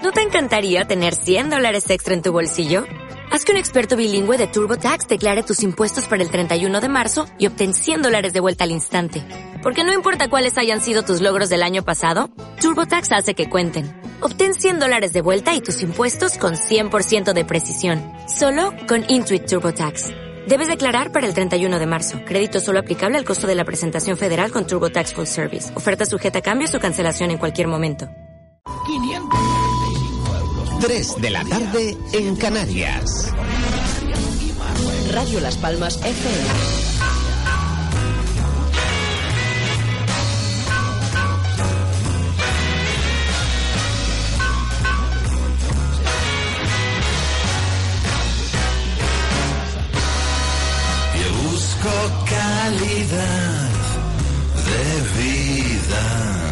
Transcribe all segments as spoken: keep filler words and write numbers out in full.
¿No te encantaría tener cien dólares extra en tu bolsillo? Haz que un experto bilingüe de TurboTax declare tus impuestos para el treinta y uno de marzo y obtén cien dólares de vuelta al instante. Porque no importa cuáles hayan sido tus logros del año pasado, TurboTax hace que cuenten. Obtén cien dólares de vuelta y tus impuestos con cien por ciento de precisión. Solo con Intuit TurboTax. Debes declarar para el treinta y uno de marzo. Crédito solo aplicable al costo de la presentación federal con TurboTax Full Service. Oferta sujeta a cambios o cancelación en cualquier momento. quinientos cuarenta y cinco euros. tres de la tarde en Canarias. Radio Las Palmas F M. Calidad de vida,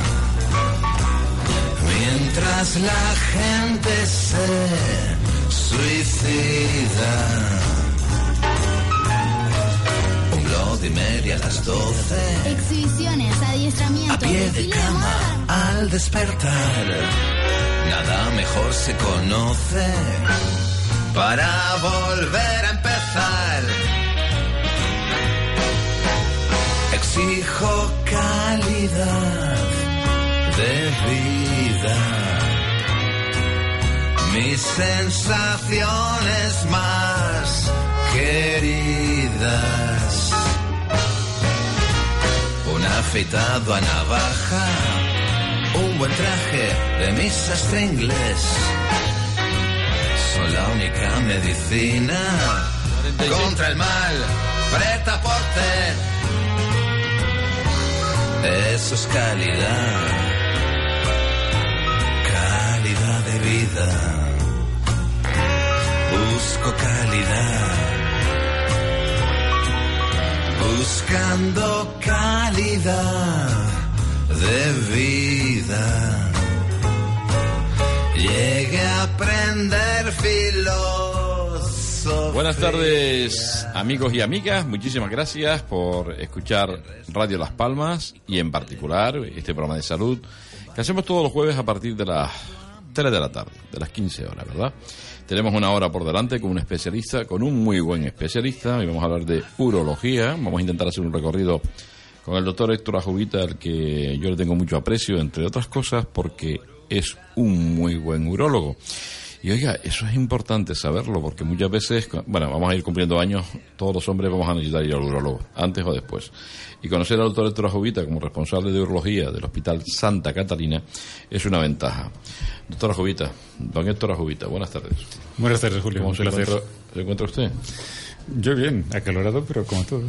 mientras la gente se suicida. Un Bloody Mary a las doce. Exhibiciones, adiestramiento, a pie de cama al despertar. Nada mejor se conoce para volver a empezar. Exijo calidad de vida, mis sensaciones más queridas. Un afeitado a navaja, un buen traje de mi sastre inglés, son la única medicina contra el mal. Preta-porter. Eso es calidad, calidad de vida. Busco calidad, buscando calidad de vida. Llegué a aprender filosofía. Buenas tardes, amigos y amigas. Muchísimas gracias por escuchar Radio Las Palmas y en particular este programa de salud que hacemos todos los jueves a partir de las tres de la tarde, de las quince horas, ¿verdad? Tenemos una hora por delante con un especialista, con un muy buen especialista, y vamos a hablar de urología. Vamos a intentar hacer un recorrido con el doctor Héctor Ajubita, al que yo le tengo mucho aprecio, entre otras cosas, porque es un muy buen urólogo. Y oiga, eso es importante saberlo, porque muchas veces, bueno, vamos a ir cumpliendo años, todos los hombres vamos a necesitar ir al urólogo, antes o después. Y conocer al doctor Héctor Ajubita como responsable de urología del Hospital Santa Catalina es una ventaja. Doctor Ajubita, don Héctor Ajubita, buenas tardes. Buenas tardes, Julio. ¿Cómo se encuentra, se encuentra usted? Yo bien, acalorado, pero como todos.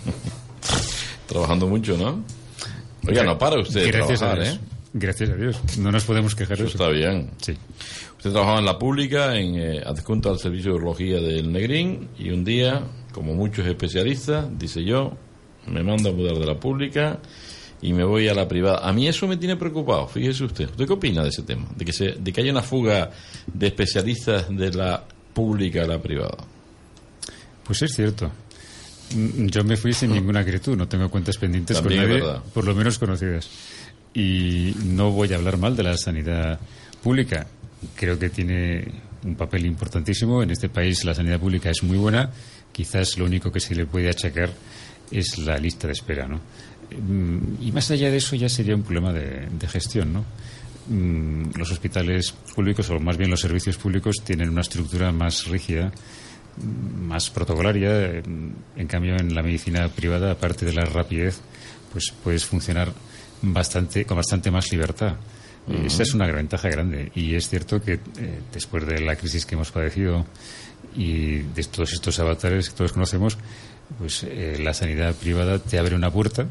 Trabajando mucho, ¿no? Oiga, no para usted de Gracias trabajar, a Dios. ¿eh? Gracias a Dios. No nos podemos quejar de eso. Eso está bien. Sí. Usted trabajaba en la pública, en eh, adjunto al servicio de urología del Negrín, y un día, como muchos especialistas, dice yo, me mando a mudar de la pública y me voy a la privada. A mí eso me tiene preocupado, fíjese usted. ¿Usted qué opina de ese tema? De que, se, de que haya una fuga de especialistas de la pública a la privada. Pues es cierto. Yo me fui sin ninguna gratitud, no tengo cuentas pendientes También con nadie, verdad. por lo menos conocidas. Y no voy a hablar mal de la sanidad pública. Creo que tiene un papel importantísimo. En este país la sanidad pública es muy buena. Quizás lo único que se le puede achacar es la lista de espera, ¿no? Y más allá de eso ya sería un problema de, de gestión, ¿no? Los hospitales públicos, o más bien los servicios públicos, tienen una estructura más rígida, más protocolaria. En cambio, en la medicina privada, aparte de la rapidez, pues puedes funcionar bastante con bastante más libertad. Uh-huh. Esa es una ventaja grande, y es cierto que eh, después de la crisis que hemos padecido y de todos estos avatares que todos conocemos, pues eh, la sanidad privada te abre una puerta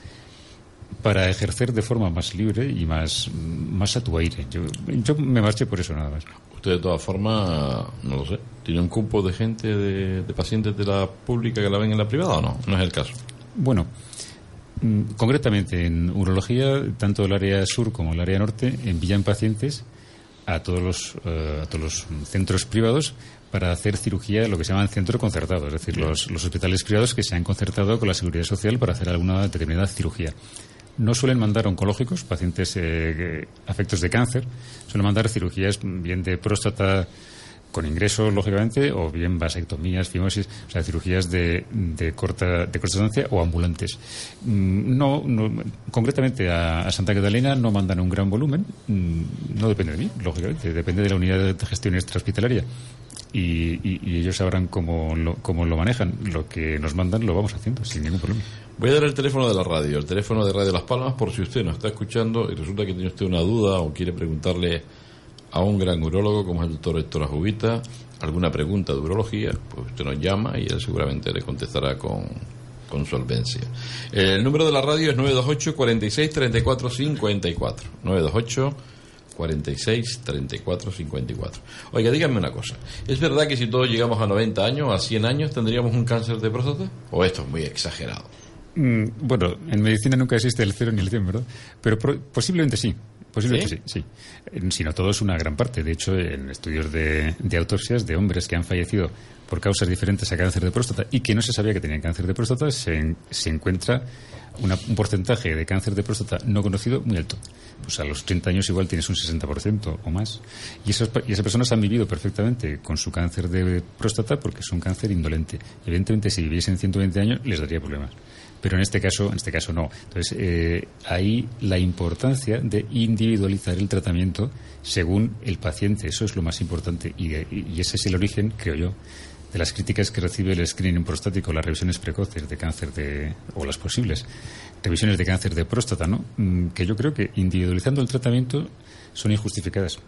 para ejercer de forma más libre y más, más a tu aire. Yo, yo me marché por eso nada más. Usted de todas formas, no lo sé, ¿tiene un cupo de gente, de, de pacientes de la pública que la ven en la privada o no? No es el caso. Bueno, concretamente en urología, tanto el área sur como el área norte envían pacientes a todos los, uh, a todos los centros privados para hacer cirugía, lo que se llama centro concertado, es decir, los, los hospitales privados que se han concertado con la Seguridad Social para hacer alguna determinada cirugía. no suelen mandar oncológicos, pacientes eh, afectos de cáncer, suelen mandar cirugías bien de próstata con ingreso, lógicamente, o bien vasectomías, fimosis, o sea, cirugías de, de corta de corta estancia o ambulantes. No, no concretamente a, a Santa Catalina no mandan un gran volumen, no depende de mí, lógicamente, depende de la unidad de gestión extrahospitalaria. Y, y, y ellos sabrán cómo lo, cómo lo manejan. Lo que nos mandan lo vamos haciendo sin ningún problema. Voy a dar el teléfono de la radio, el teléfono de Radio Las Palmas, por si usted nos está escuchando y resulta que tiene usted una duda o quiere preguntarle a un gran urólogo como es el doctor Héctor Ajubita alguna pregunta de urología, pues usted nos llama y él seguramente le contestará con, con solvencia. El número de la radio es nueve dos ocho, cuarenta y seis, treinta y cuatro cincuenta y cuatro. nueve dos ocho, cuarenta y seis, treinta y cuatro cincuenta y cuatro. Oiga, díganme una cosa. ¿Es verdad que si todos llegamos a noventa años, a cien años, tendríamos un cáncer de próstata? ¿O esto es muy exagerado? Mm, bueno, en medicina nunca existe el cero ni el cien, ¿verdad? Pero pro- posiblemente sí. Posiblemente ¿Sí? sí, sí. Si no todo es una gran parte. De hecho, en estudios de, de autopsias de hombres que han fallecido por causas diferentes a cáncer de próstata y que no se sabía que tenían cáncer de próstata, se, se encuentra una, un porcentaje de cáncer de próstata no conocido muy alto. Pues a los treinta años igual tienes un sesenta por ciento o más. Y esas, y esas personas han vivido perfectamente con su cáncer de próstata porque es un cáncer indolente. Evidentemente, si viviesen ciento veinte años, les daría problemas. Pero en este caso, en este caso no. Entonces, eh, ahí la importancia de individualizar el tratamiento según el paciente. Eso es lo más importante. Y, y ese es el origen, creo yo, de las críticas que recibe el screening prostático, las revisiones precoces de cáncer de, o las posibles revisiones de cáncer de próstata, ¿no? Que yo creo que individualizando el tratamiento son injustificadas.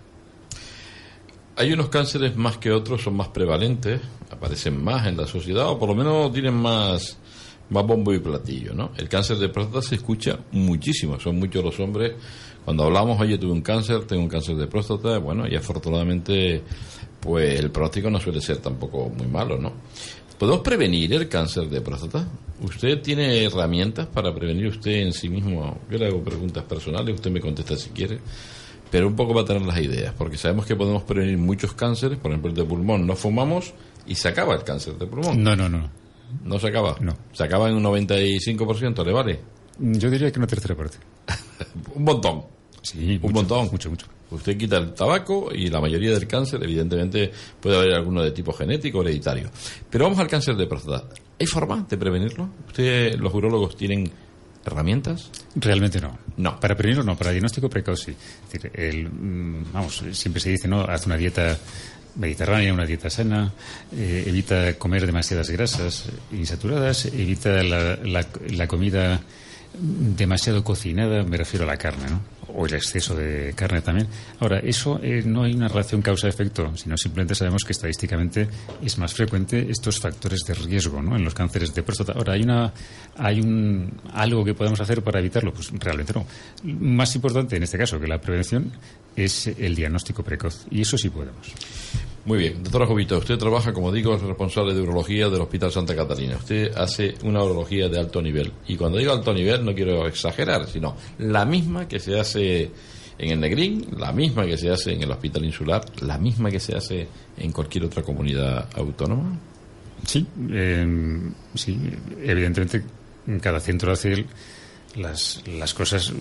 Hay unos cánceres más que otros, son más prevalentes, aparecen más en la sociedad o por lo menos tienen más... más bombo y platillo, ¿no? El cáncer de próstata se escucha muchísimo, son muchos los hombres. Cuando hablamos, oye, tuve un cáncer, tengo un cáncer de próstata, bueno, y afortunadamente, pues el pronóstico no suele ser tampoco muy malo, ¿no? ¿Podemos prevenir el cáncer de próstata? ¿Usted tiene herramientas para prevenir usted en sí mismo? Yo le hago preguntas personales, usted me contesta si quiere, pero un poco para tener las ideas, porque sabemos que podemos prevenir muchos cánceres, por ejemplo el de pulmón, no fumamos y se acaba el cáncer de pulmón. No, no, no. ¿No se acaba? No. ¿Se acaba en un noventa y cinco por ciento? ¿Le vale? Yo diría que una tercera parte. Un montón. Sí, un mucho, montón. Mucho, mucho. Usted quita el tabaco y la mayoría del cáncer, evidentemente, puede haber alguno de tipo genético o hereditario. Pero vamos al cáncer de próstata. ¿Hay forma de prevenirlo? ¿Usted, los urólogos, tienen herramientas? Realmente no. No. Para prevenirlo no, para diagnóstico precoz sí. Es decir, el, vamos, siempre se dice, ¿no? Haz una dieta mediterránea, una dieta sana, eh, evita comer demasiadas grasas insaturadas, evita la, la, la comida demasiado cocinada, me refiero a la carne, ¿no? O el exceso de carne también. Ahora, eso eh, no hay una relación causa-efecto, sino simplemente sabemos que estadísticamente es más frecuente estos factores de riesgo, ¿no? En los cánceres de próstata. Ahora, ¿hay una hay un algo que podemos hacer para evitarlo? Pues realmente no. Más importante en este caso que la prevención es el diagnóstico precoz, y eso sí podemos. Muy bien. Doctora Jovita, usted trabaja, como digo, es responsable de urología del Hospital Santa Catalina. Usted hace una urología de alto nivel. Y cuando digo alto nivel no quiero exagerar, sino la misma que se hace en el Negrín, la misma que se hace en el Hospital Insular, la misma que se hace en cualquier otra comunidad autónoma. Sí, eh, sí, evidentemente cada centro hace el, las, las cosas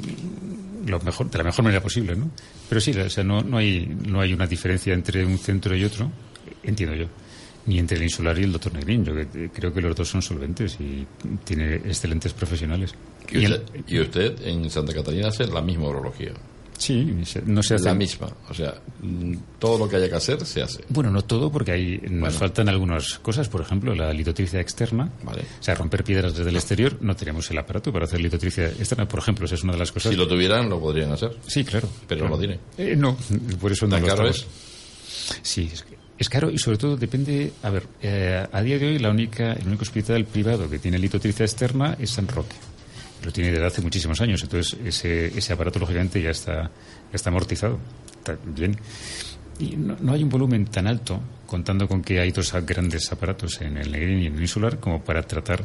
lo mejor, de la mejor manera posible, ¿no? Pero sí, o sea, no, no hay no hay una diferencia entre un centro y otro, entiendo yo, ni entre el Insular y el doctor Negrín. Yo creo que los dos son solventes y tiene excelentes profesionales. ¿Y usted, y usted en Santa Catalina hace la misma urología? Sí, no se hace... La misma, o sea, todo lo que haya que hacer se hace. Bueno, no todo, porque hay, nos bueno. faltan algunas cosas, por ejemplo, la litotripsia externa, vale. O sea, romper piedras desde el exterior, no tenemos el aparato para hacer litotripsia externa, por ejemplo, esa es una de las cosas... Si lo tuvieran, lo podrían hacer. Sí, claro. Pero claro. no lo tiene. Eh, no, por eso no ¿Tan lo caro estamos. es? Sí, es, es caro y sobre todo depende... A ver, eh, a día de hoy la única, el único hospital privado que tiene litotripsia externa es San Roque. Lo tiene desde hace muchísimos años, entonces ese, ese aparato lógicamente ya está, ya está amortizado. Está bien. Y no, no hay un volumen tan alto, contando con que hay dos grandes aparatos en el Negrín y en el Insular, como para tratar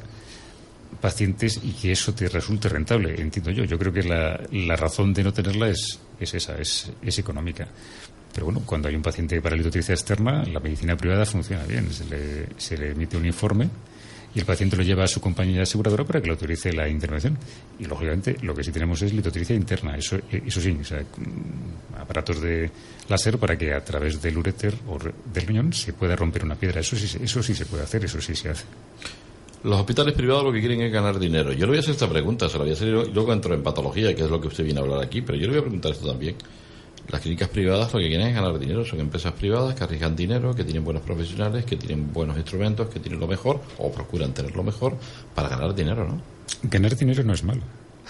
pacientes y que eso te resulte rentable, entiendo yo. Yo creo que la, la razón de no tenerla es, es esa, es, es económica. Pero bueno, cuando hay un paciente para litotripsia externa, la medicina privada funciona bien. Se le, se le emite un informe y el paciente lo lleva a su compañía aseguradora para que le autorice la intervención. Y, lógicamente, lo que sí tenemos es litotricia interna, eso eso sí, o sea, aparatos de láser para que a través del uréter o del riñón se pueda romper una piedra. Eso sí, eso sí se puede hacer, eso sí se hace. Los hospitales privados lo que quieren es ganar dinero. Yo le voy a hacer esta pregunta, se la voy a hacer y luego entro en patología, que es lo que usted viene a hablar aquí, pero yo le voy a preguntar esto también. Las clínicas privadas lo que quieren es ganar dinero, son empresas privadas que arriesgan dinero, que tienen buenos profesionales, que tienen buenos instrumentos, que tienen lo mejor, o procuran tener lo mejor para ganar dinero, ¿no? Ganar dinero no es malo.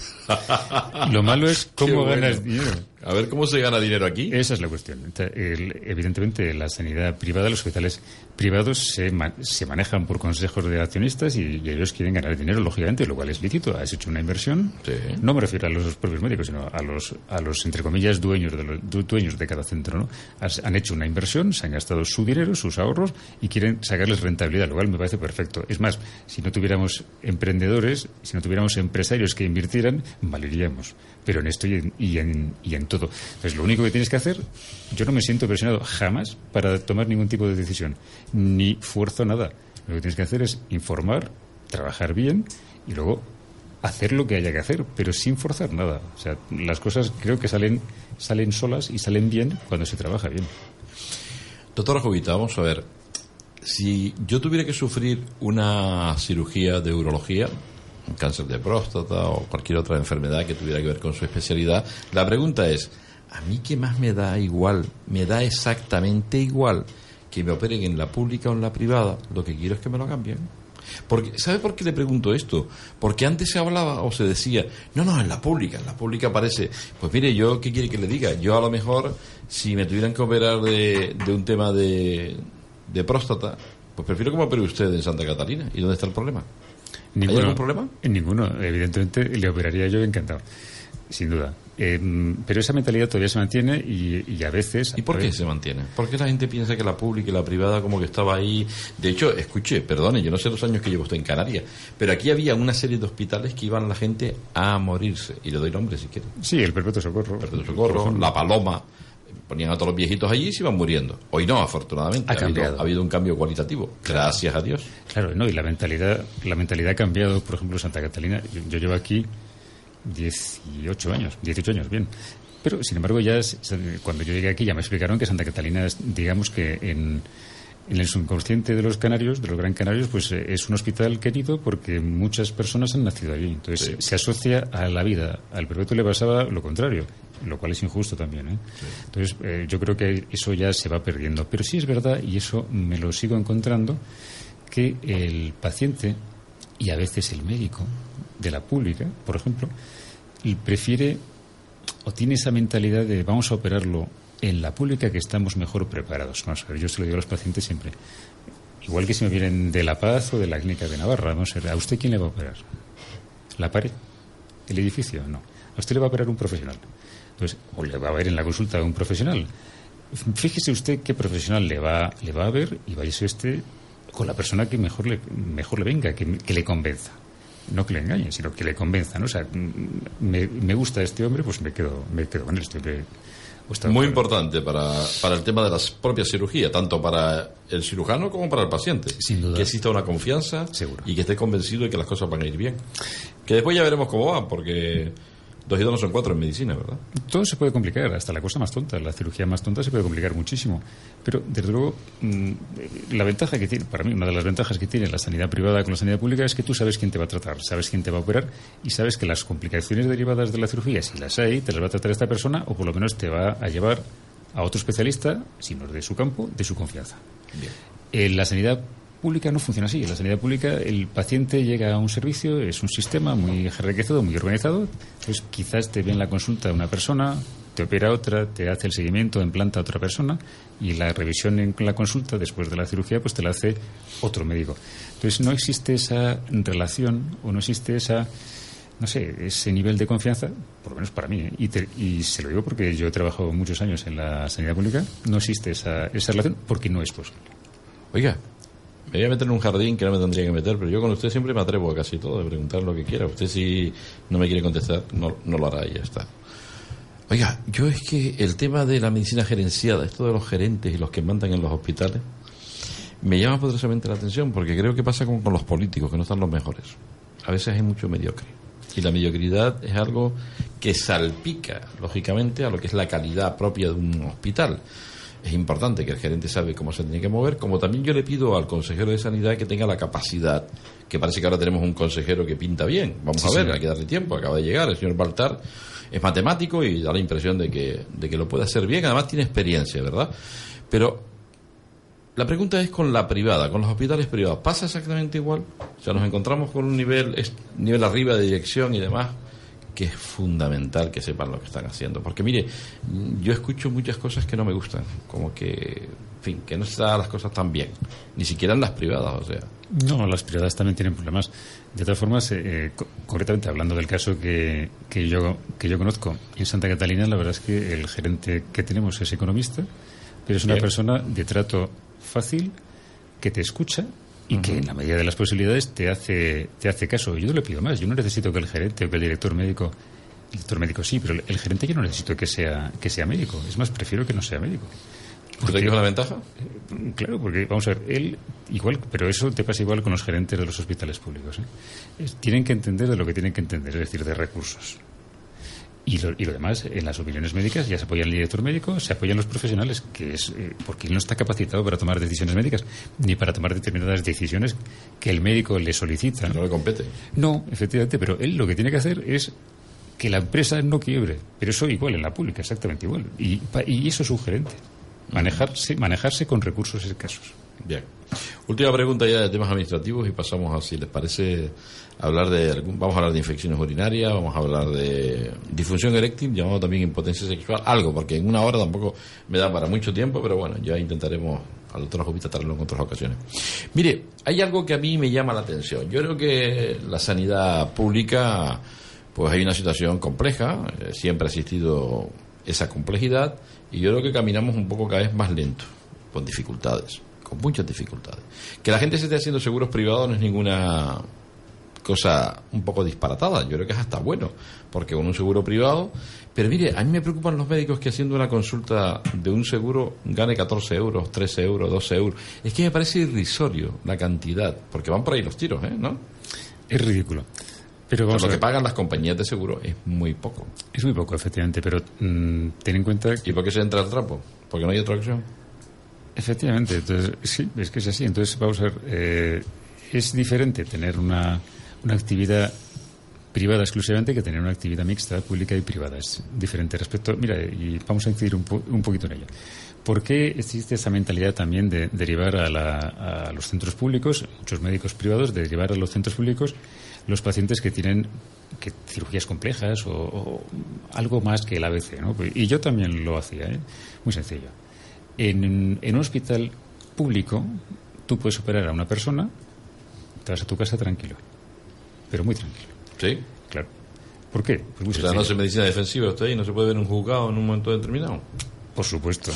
Lo malo es cómo bueno. ganas dinero. A ver, ¿cómo se gana dinero aquí? Esa es la cuestión. El, evidentemente, la sanidad privada, los hospitales privados se, man, se manejan por consejos de accionistas y, y ellos quieren ganar dinero, lógicamente, lo cual es lícito. Has hecho una inversión. Sí. No me refiero a los propios médicos, sino a los, a los entre comillas, dueños de, los, du, dueños de cada centro, ¿no? Has, han hecho una inversión, se han gastado su dinero, sus ahorros y quieren sacarles rentabilidad, lo cual me parece perfecto. Es más, si no tuviéramos emprendedores, si no tuviéramos empresarios que invirtieran, valeríamos. Pero en esto y en, y en, y en todo. Entonces, lo único que tienes que hacer, yo no me siento presionado jamás para tomar ningún tipo de decisión, ni fuerzo nada. Lo que tienes que hacer es informar, trabajar bien y luego hacer lo que haya que hacer, pero sin forzar nada. O sea, las cosas creo que salen, salen solas y salen bien cuando se trabaja bien. Doctora Jovita, vamos a ver. Si yo tuviera que sufrir una cirugía de urología, un cáncer de próstata o cualquier otra enfermedad que tuviera que ver con su especialidad, la pregunta es, ¿a mí qué más me da igual? Me da exactamente igual que me operen en la pública o en la privada. Lo que quiero es que me lo cambien. Porque, ¿sabe por qué le pregunto esto? Porque antes se hablaba o se decía, no, no, en la pública, en la pública parece, pues mire, yo, ¿qué quiere que le diga? Yo a lo mejor, si me tuvieran que operar de, de un tema de, de próstata, pues prefiero que me opere usted en Santa Catalina. ¿Y dónde está el problema? Ninguno, ¿Hay algún problema? En ninguno. Evidentemente le operaría yo encantado, sin duda. Eh, pero esa mentalidad todavía se mantiene y, y a veces... ¿Y por qué veces... se mantiene? ¿Por qué la gente piensa que la pública y la privada como que estaba ahí? De hecho, escuche, perdone, yo no sé los años que llevo usted en Canarias, pero aquí había una serie de hospitales que iban la gente a morirse. Y le doy nombre si quiere. Sí, el Perpetuo Socorro. Perpetuo Socorro, La Paloma. Ponían a todos los viejitos allí y se iban muriendo. Hoy no, afortunadamente. Ha, ha, habido, ha habido un cambio cualitativo. Gracias a Dios. Claro, no, y la mentalidad, la mentalidad ha cambiado, por ejemplo, Santa Catalina. Yo, yo llevo aquí dieciocho años, dieciocho años, bien. Pero, sin embargo, ya cuando yo llegué aquí ya me explicaron que Santa Catalina es, digamos que en, en el subconsciente de los canarios, de los gran canarios, pues es un hospital querido porque muchas personas han nacido allí. Entonces, sí. Se asocia a la vida. Al Perpetuo le pasaba lo contrario, lo cual es injusto también, ¿eh? Sí. Entonces, eh, yo creo que eso ya se va perdiendo. Pero sí es verdad, y eso me lo sigo encontrando, que el paciente y a veces el médico de la pública, por ejemplo, prefiere o tiene esa mentalidad de vamos a operarlo en la pública que estamos mejor preparados. Vamos a ver, yo se lo digo a los pacientes siempre. Igual que si me vienen de La Paz o de la clínica de Navarra, vamos a ver, ¿a usted quién le va a operar? ¿La pared? ¿El edificio? No. A usted le va a operar un profesional. Entonces, o le va a ver en la consulta a un profesional. Fíjese usted qué profesional le va, le va a ver y váyase usted con la persona que mejor le, mejor le venga, que, que le convenza. No que le engañe, sino que le convenza, ¿no? O sea, me, me gusta este hombre, pues me quedo, me quedo con él. Este hombre. Muy importante para, para el tema de la propia cirugía, tanto para el cirujano como para el paciente. Sin duda. Que exista una confianza. Seguro. Y que esté convencido de que las cosas van a ir bien. Que después ya veremos cómo va, porque dos y dos no son cuatro en medicina, ¿verdad? Todo se puede complicar, hasta la cosa más tonta, la cirugía más tonta se puede complicar muchísimo. Pero, desde luego, mmm, la ventaja que tiene, para mí, una de las ventajas que tiene la sanidad privada con la sanidad pública es que tú sabes quién te va a tratar, sabes quién te va a operar y sabes que las complicaciones derivadas de la cirugía, si las hay, te las va a tratar esta persona o por lo menos te va a llevar a otro especialista, si no es de su campo, de su confianza. Bien. En la sanidad pública no funciona así. En la sanidad pública el paciente llega a un servicio, es un sistema muy enriquecido, muy organizado. Entonces quizás te ve en la consulta una persona, te opera otra, te hace el seguimiento, implanta a otra persona y la revisión en la consulta después de la cirugía pues te la hace otro médico. Entonces no existe esa relación o no existe esa, no sé, ese nivel de confianza, por lo menos para mí, ¿eh? y, te, y se lo digo porque yo he trabajado muchos años en la sanidad pública, no existe esa, esa relación porque no es posible. Oiga, me voy a meter en un jardín que no me tendría que meter, pero yo con usted siempre me atrevo a casi todo, de preguntar lo que quiera. Usted si no me quiere contestar, no, no lo hará y ya está. Oiga, yo es que el tema de la medicina gerenciada, esto de los gerentes y los que mandan en los hospitales, me llama poderosamente la atención, porque creo que pasa como con los políticos, que no están los mejores. A veces hay mucho mediocre. Y la mediocridad es algo que salpica, lógicamente, a lo que es la calidad propia de un hospital. Es importante que el gerente sabe cómo se tiene que mover, como también yo le pido al consejero de Sanidad que tenga la capacidad, que parece que ahora tenemos un consejero que pinta bien. Vamos sí, a ver, sí. Hay que darle tiempo, acaba de llegar, el señor Baltar es matemático y da la impresión de que, de que lo puede hacer bien, además tiene experiencia, ¿verdad? Pero la pregunta es con la privada, con los hospitales privados, ¿pasa exactamente igual? O sea, nos encontramos con un nivel, nivel arriba de dirección y demás, que es fundamental que sepan lo que están haciendo. Porque mire, yo escucho muchas cosas que no me gustan, como que, en fin, que no están las cosas tan bien, ni siquiera en las privadas, o sea. No, las privadas también tienen problemas. De todas formas, eh, co- concretamente hablando del caso que, que yo que yo conozco en Santa Catalina, la verdad es que el gerente que tenemos es economista, pero es una Bien. persona de trato fácil, que te escucha y uh-huh. que en la medida de las posibilidades te hace te hace caso. Yo no le pido más, yo no necesito que el gerente o que el director médico, el director médico sí, pero el, el gerente yo no necesito que sea que sea médico, es más, prefiero que no sea médico. ¿Usted tiene una ventaja? Eh, claro, porque vamos a ver, él igual, pero eso te pasa igual con los gerentes de los hospitales públicos, ¿eh? Es, tienen que entender de lo que tienen que entender, es decir, de recursos. Y lo, y lo demás, en las opiniones médicas ya se apoya el director médico, se apoyan los profesionales, que es eh, porque él no está capacitado para tomar decisiones médicas, ni para tomar determinadas decisiones que el médico le solicita. No le compete. No, efectivamente, pero él lo que tiene que hacer es que la empresa no quiebre. Pero eso igual en la pública, exactamente igual. Y, y eso es un gerente. Manejarse, manejarse con recursos escasos. Bien. Última pregunta ya de temas administrativos y pasamos a, si les parece, a hablar de algún, vamos a hablar de infecciones urinarias, vamos a hablar de disfunción eréctil, llamado también impotencia sexual, algo, porque en una hora tampoco me da para mucho tiempo, pero bueno, ya intentaremos al doctor Jovita tratarlo en otras ocasiones. Mire, hay algo que a mí me llama la atención. Yo creo que la sanidad pública, pues hay una situación compleja, eh, siempre ha existido esa complejidad, y yo creo que caminamos un poco cada vez más lento, con dificultades, con muchas dificultades. Que la gente se esté haciendo seguros privados no es ninguna cosa un poco disparatada, yo creo que es hasta bueno, porque con un seguro privado, pero mire, a mí me preocupan los médicos que haciendo una consulta de un seguro gane catorce euros, trece euros, doce euros. Es que me parece irrisorio la cantidad, porque van por ahí los tiros, ¿eh? ¿No? Es ridículo. Pero vamos o sea, lo a ver. que pagan las compañías de seguro es muy poco. Es muy poco, efectivamente, pero mmm, ten en cuenta que... ¿Y por qué se entra al trapo? ¿Porque no hay otra opción? Efectivamente, entonces sí, es que es así. Entonces, vamos a ver, eh, es diferente tener una, una actividad privada exclusivamente que tener una actividad mixta, pública y privada. Es diferente respecto... Mira, y vamos a incidir un, po, un poquito en ello. ¿Por qué existe esa mentalidad también de derivar a, la, a los centros públicos, muchos médicos privados, de derivar a los centros públicos los pacientes que tienen que cirugías complejas o, o algo más que el A B C, ¿no? Y yo también lo hacía, ¿eh? Muy sencillo. En, en un hospital público tú puedes operar a una persona, te vas a tu casa tranquilo, pero muy tranquilo. ¿Sí? Claro. ¿Por qué? Pues muy o sea, no hace medicina defensiva usted y no se puede ver un juzgado en un momento determinado. Por supuesto.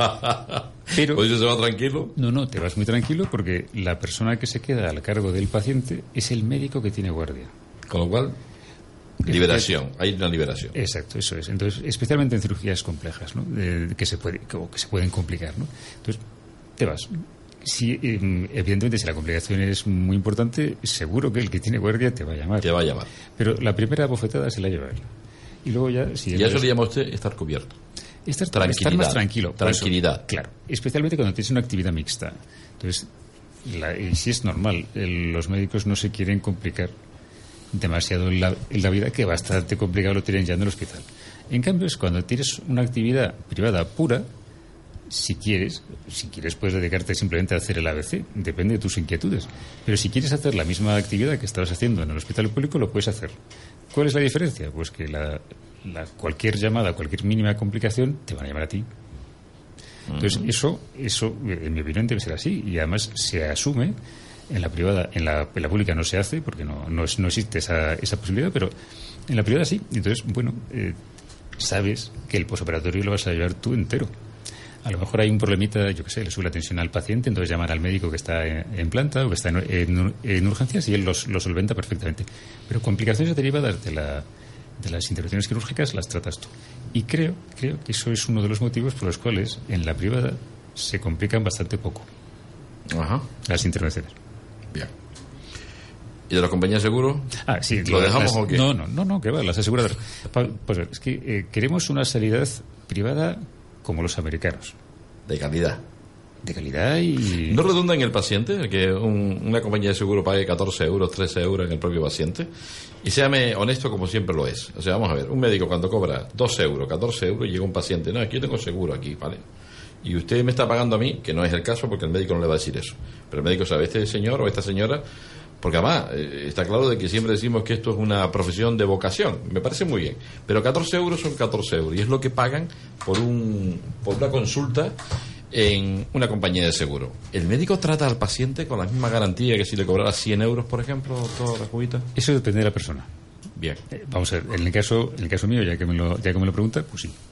Pero ¿pues se va tranquilo? No, no, te vas muy tranquilo porque la persona que se queda al cargo del paciente es el médico que tiene guardia. Con lo cual, liberación, hay una liberación. Exacto, eso es. Entonces, especialmente en cirugías complejas, ¿no? De, que se puede, que, que se pueden complicar, ¿no? Entonces, te vas. Si, evidentemente, si la complicación es muy importante, seguro que el que tiene guardia te va a llamar. Te va a llamar. Pero la primera bofetada se la lleva él. Y luego ya... Si y a eso le llama a usted estar cubierto. Estar, estar más tranquilo. Tranquilidad. Eso, claro. Especialmente cuando tienes una actividad mixta. Entonces, la, y si es normal, el, los médicos no se quieren complicar demasiado en la, en la vida, que bastante complicado lo tienen ya en el hospital. En cambio, es cuando tienes una actividad privada pura, si quieres, si quieres puedes dedicarte simplemente a hacer el A B C, depende de tus inquietudes. Pero si quieres hacer la misma actividad que estabas haciendo en el hospital público, lo puedes hacer. ¿Cuál es la diferencia? Pues que la La, cualquier llamada, cualquier mínima complicación te van a llamar a ti. Entonces uh-huh. eso, eso en mi opinión debe ser así, y además se asume en la privada, en la, en la pública no se hace porque no, no, no existe esa, esa posibilidad, pero en la privada sí. Entonces, bueno, eh, sabes que el posoperatorio lo vas a llevar tú entero. A lo mejor hay un problemita, yo qué sé, le sube la tensión al paciente, entonces llaman al médico que está en, en planta o que está en, en, en urgencias y él los, lo solventa perfectamente. Pero complicaciones derivadas de la de las intervenciones quirúrgicas las tratas tú. Y creo, creo que eso es uno de los motivos por los cuales en la privada se complican bastante poco. Ajá. Las intervenciones. Bien. ¿Y de las compañías de seguros? Ah, sí. ¿Lo dejamos las, o qué? No, no, no, no, que va, las aseguradoras. Pues es que eh, queremos una sanidad privada como los americanos. De calidad. De calidad y... ¿No redunda en el paciente que un, una compañía de seguro pague catorce euros, trece euros en el propio paciente? Y séame honesto como siempre lo es. O sea, vamos a ver, un médico cuando cobra dos euros, catorce euros y llega un paciente, no, aquí yo tengo seguro aquí, ¿vale? Y usted me está pagando a mí, que no es el caso porque el médico no le va a decir eso. Pero el médico sabe, este señor o esta señora... Porque además, eh, está claro de que siempre decimos que esto es una profesión de vocación. Me parece muy bien. Pero catorce euros son catorce euros. Y es lo que pagan por, un, por una consulta en una compañía de seguro. ¿El médico trata al paciente con la misma garantía que si le cobrara cien euros, por ejemplo, toda la cubita? Eso depende de la persona. Bien. Eh, vamos a ver, en el caso, en el caso mío, ya que me lo, ya que me lo pregunta, pues sí.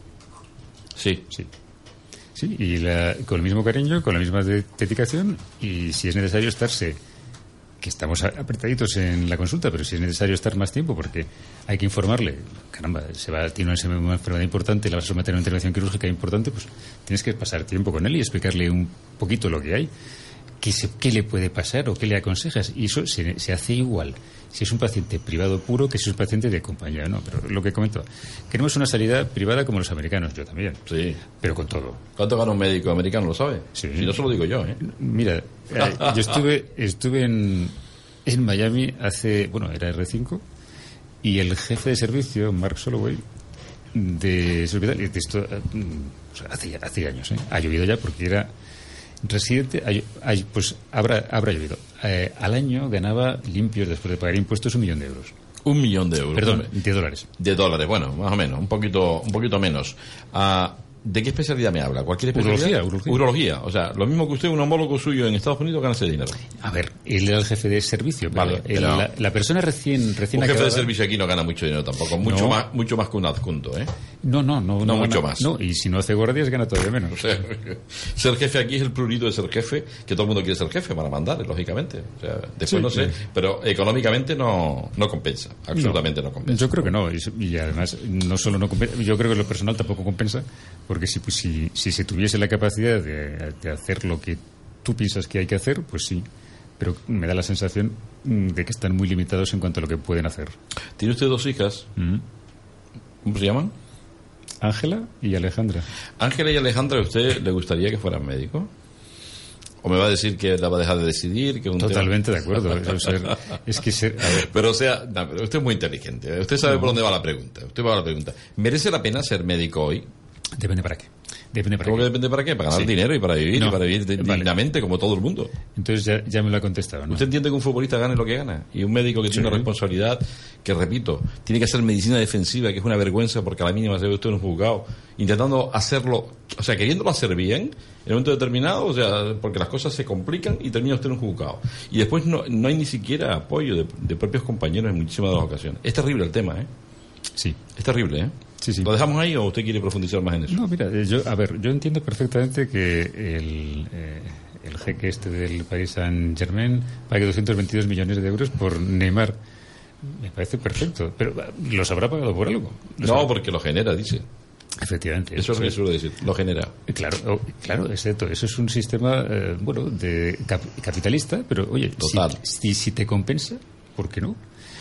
Sí. Sí. Sí, y la, con el mismo cariño, con la misma de- dedicación, y si es necesario estarse, que estamos a- apretaditos en la consulta, pero si es necesario estar más tiempo, porque hay que informarle, caramba, se va, tiene una, una enfermedad importante, la vas a someter a una intervención quirúrgica importante, pues tienes que pasar tiempo con él y explicarle un poquito lo que hay, qué, se, qué le puede pasar o qué le aconsejas, y eso se, se hace igual si es un paciente privado puro que si es un paciente de compañía, no, pero lo que comento, queremos una sanidad privada como los americanos, yo también, Sí. pero con todo. ¿Cuánto gana un médico americano? ¿Lo sabe? Sí. Si no se lo digo yo, ¿eh? Mira, eh, yo estuve estuve en, en Miami hace, bueno, era erre cinco, y el jefe de servicio, Mark Soloway, de ese hospital, y de esto, eh, mm, o sea, hace, hace años, ¿eh? Ha llovido ya porque era residente, ha, ha- pues habrá, habrá llovido. Eh, al año ganaba limpios, después de pagar impuestos, un millón de euros. Un millón de euros. Perdón, de dólares. De dólares, bueno, más o menos, un poquito, un poquito menos. Ah, ¿de qué especialidad me habla? ¿Cualquier especialidad? Urología, urología. O sea, lo mismo que usted, un homólogo suyo en Estados Unidos, gana ese dinero. A ver, él era el jefe de servicio, pero, Vale, el- pero- la, la persona recién, recién Un jefe de acabada- servicio aquí no gana mucho dinero tampoco, mucho No. más, mucho más que un adjunto, ¿eh? No, no, no. No, mucho gana- más. No, y si no hace guardias, gana todavía menos. O sea, ser jefe aquí es el prurito de ser jefe, que todo el mundo quiere ser jefe para mandar, lógicamente. O sea, después Sí, no sé, sí. pero económicamente no, no compensa, absolutamente no, compensa. Yo creo que no, y, y además no solo no compensa, yo creo que lo personal tampoco compensa, porque si, pues, si, si se tuviese la capacidad de, de hacer lo que tú piensas que hay que hacer, pues sí, pero me da la sensación mm, de que están muy limitados en cuanto a lo que pueden hacer. ¿Tiene usted dos hijas? Mm. ¿Cómo se llaman? Ángela y Alejandra. Ángela y Alejandra, ¿a usted le gustaría que fueran médicos? ¿O me va a decir que la va a dejar de decidir? Que un Totalmente tema- de acuerdo. Es, ser- es que ser, a ver, Pero o sea, no, pero usted es muy inteligente. Usted sabe por dónde va la pregunta. Usted va a la pregunta. ¿Merece la pena ser médico hoy? depende para qué. Depende para ¿Cómo qué. que depende para qué? Para ganar Sí. dinero y para vivir, No. y para vivir de- Vale. dignamente como todo el mundo. Entonces ya, ya me lo ha contestado, ¿no? ¿Usted entiende que un futbolista gane lo que gana? Y un médico que tiene Sí. una responsabilidad que, repito, tiene que hacer medicina defensiva, que es una vergüenza porque a la mínima se ve usted en un juzgado, intentando hacerlo, o sea, queriéndolo hacer bien, en un momento determinado, o sea, porque las cosas se complican y termina usted en un juzgado. Y después no, no hay ni siquiera apoyo de, de propios compañeros en muchísimas de las ocasiones. Es terrible el tema, ¿eh? Sí. Es terrible, ¿eh? Sí, sí. ¿Lo dejamos ahí o usted quiere profundizar más en eso? No, mira, eh, yo, a ver, yo entiendo perfectamente que el, eh, el jeque este del Paris Saint-Germain pague doscientos veintidós millones de euros por Neymar. Me parece perfecto, pero eh, los habrá pagado por algo. Los No, habrá- porque lo genera, dice. Efectivamente. Eso es lo que suelo decir, lo genera. Claro, oh, claro, exacto. Eso es un sistema, eh, bueno, de cap- capitalista, pero oye, si, Total. si, si te compensa, ¿por qué no?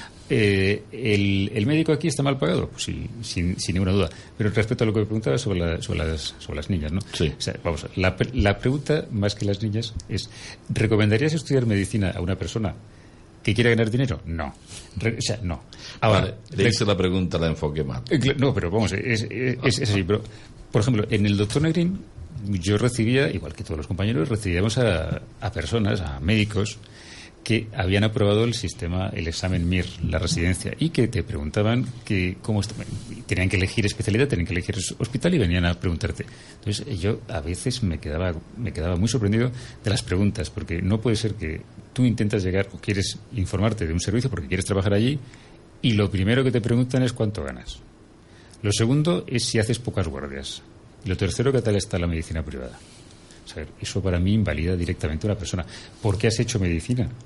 Eh, el, ¿El médico aquí está mal pagado? Pues sí, sin, sin ninguna duda. Pero respecto a lo que me preguntaba sobre, la- sobre, las, sobre las niñas, ¿no? Sí. O sea, vamos, la, pre- la pregunta, más que las niñas, es: ¿recomendarías estudiar medicina a una persona que quiera ganar dinero? No. Re- o sea, no. Ahora, Vale, le hice la pregunta, la enfoqué mal. eh, cla- No, pero vamos, es, es, es- es así. Pero, por ejemplo, en el doctor Negrín, yo recibía, igual que todos los compañeros, recibíamos a, a personas, a médicos, que habían aprobado el sistema, el examen M I R, la residencia, y que te preguntaban que cómo est- tenían que elegir especialidad, tenían que elegir hospital y venían a preguntarte. Entonces, eh, yo a veces me quedaba, me quedaba muy sorprendido de las preguntas, porque no puede ser que tú intentas llegar o quieres informarte de un servicio porque quieres trabajar allí y lo primero que te preguntan es cuánto ganas. Lo segundo es si haces pocas guardias. Y lo tercero, qué tal está la medicina privada. O sea, eso para mí invalida directamente a una persona. ¿Por qué has hecho medicina?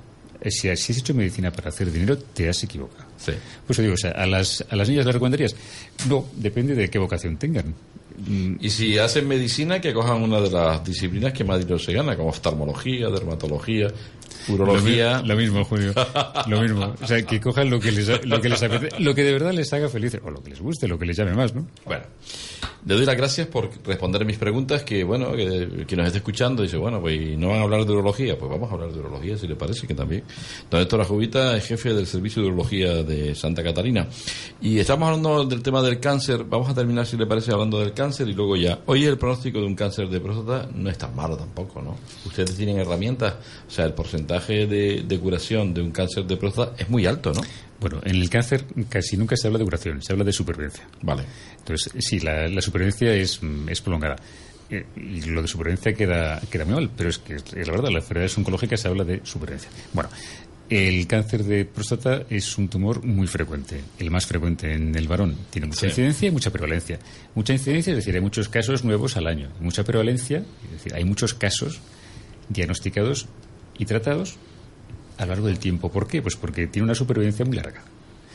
si has hecho medicina para hacer dinero, te has equivocado. Sí. Pues digo, o sea, a las, a las niñas les recomendarías, no, depende de qué vocación tengan. Y si hacen medicina, que cojan una de las disciplinas que más dinero se gana, como oftalmología, dermatología, urología. Lo, lo mismo, Julio. Lo mismo. O sea, que cojan lo que les, lo que les apetece, lo que de verdad les haga felices, o lo que les guste, lo que les llame más, ¿no? Bueno, le doy las gracias por responder mis preguntas, que bueno, que, que nos esté escuchando dice, bueno, pues no van a hablar de urología, pues vamos a hablar de urología, si le parece, que también. Don Héctor Ajubita es jefe del Servicio de Urología de Santa Catarina. Y estamos hablando del tema del cáncer, vamos a terminar, si le parece, hablando del cáncer y luego ya. Hoy el pronóstico de un cáncer de próstata no es tan malo tampoco, ¿no? Ustedes tienen herramientas, o sea, el porcentaje de, de curación de un cáncer de próstata es muy alto, ¿no? Bueno, en el cáncer casi nunca se habla de curación, se habla de supervivencia. Vale. Entonces, sí, la, la supervivencia es, es prolongada. Eh, y lo de supervivencia queda, queda muy mal, pero es que, la verdad, en las enfermedades oncológicas se habla de supervivencia. Bueno, el cáncer de próstata es un tumor muy frecuente, el más frecuente en el varón. Tiene mucha sí. incidencia y mucha prevalencia. Mucha incidencia, es decir, hay muchos casos nuevos al año. Mucha prevalencia, es decir, hay muchos casos diagnosticados y tratados a lo largo del tiempo. ¿Por qué? Pues porque tiene una supervivencia muy larga.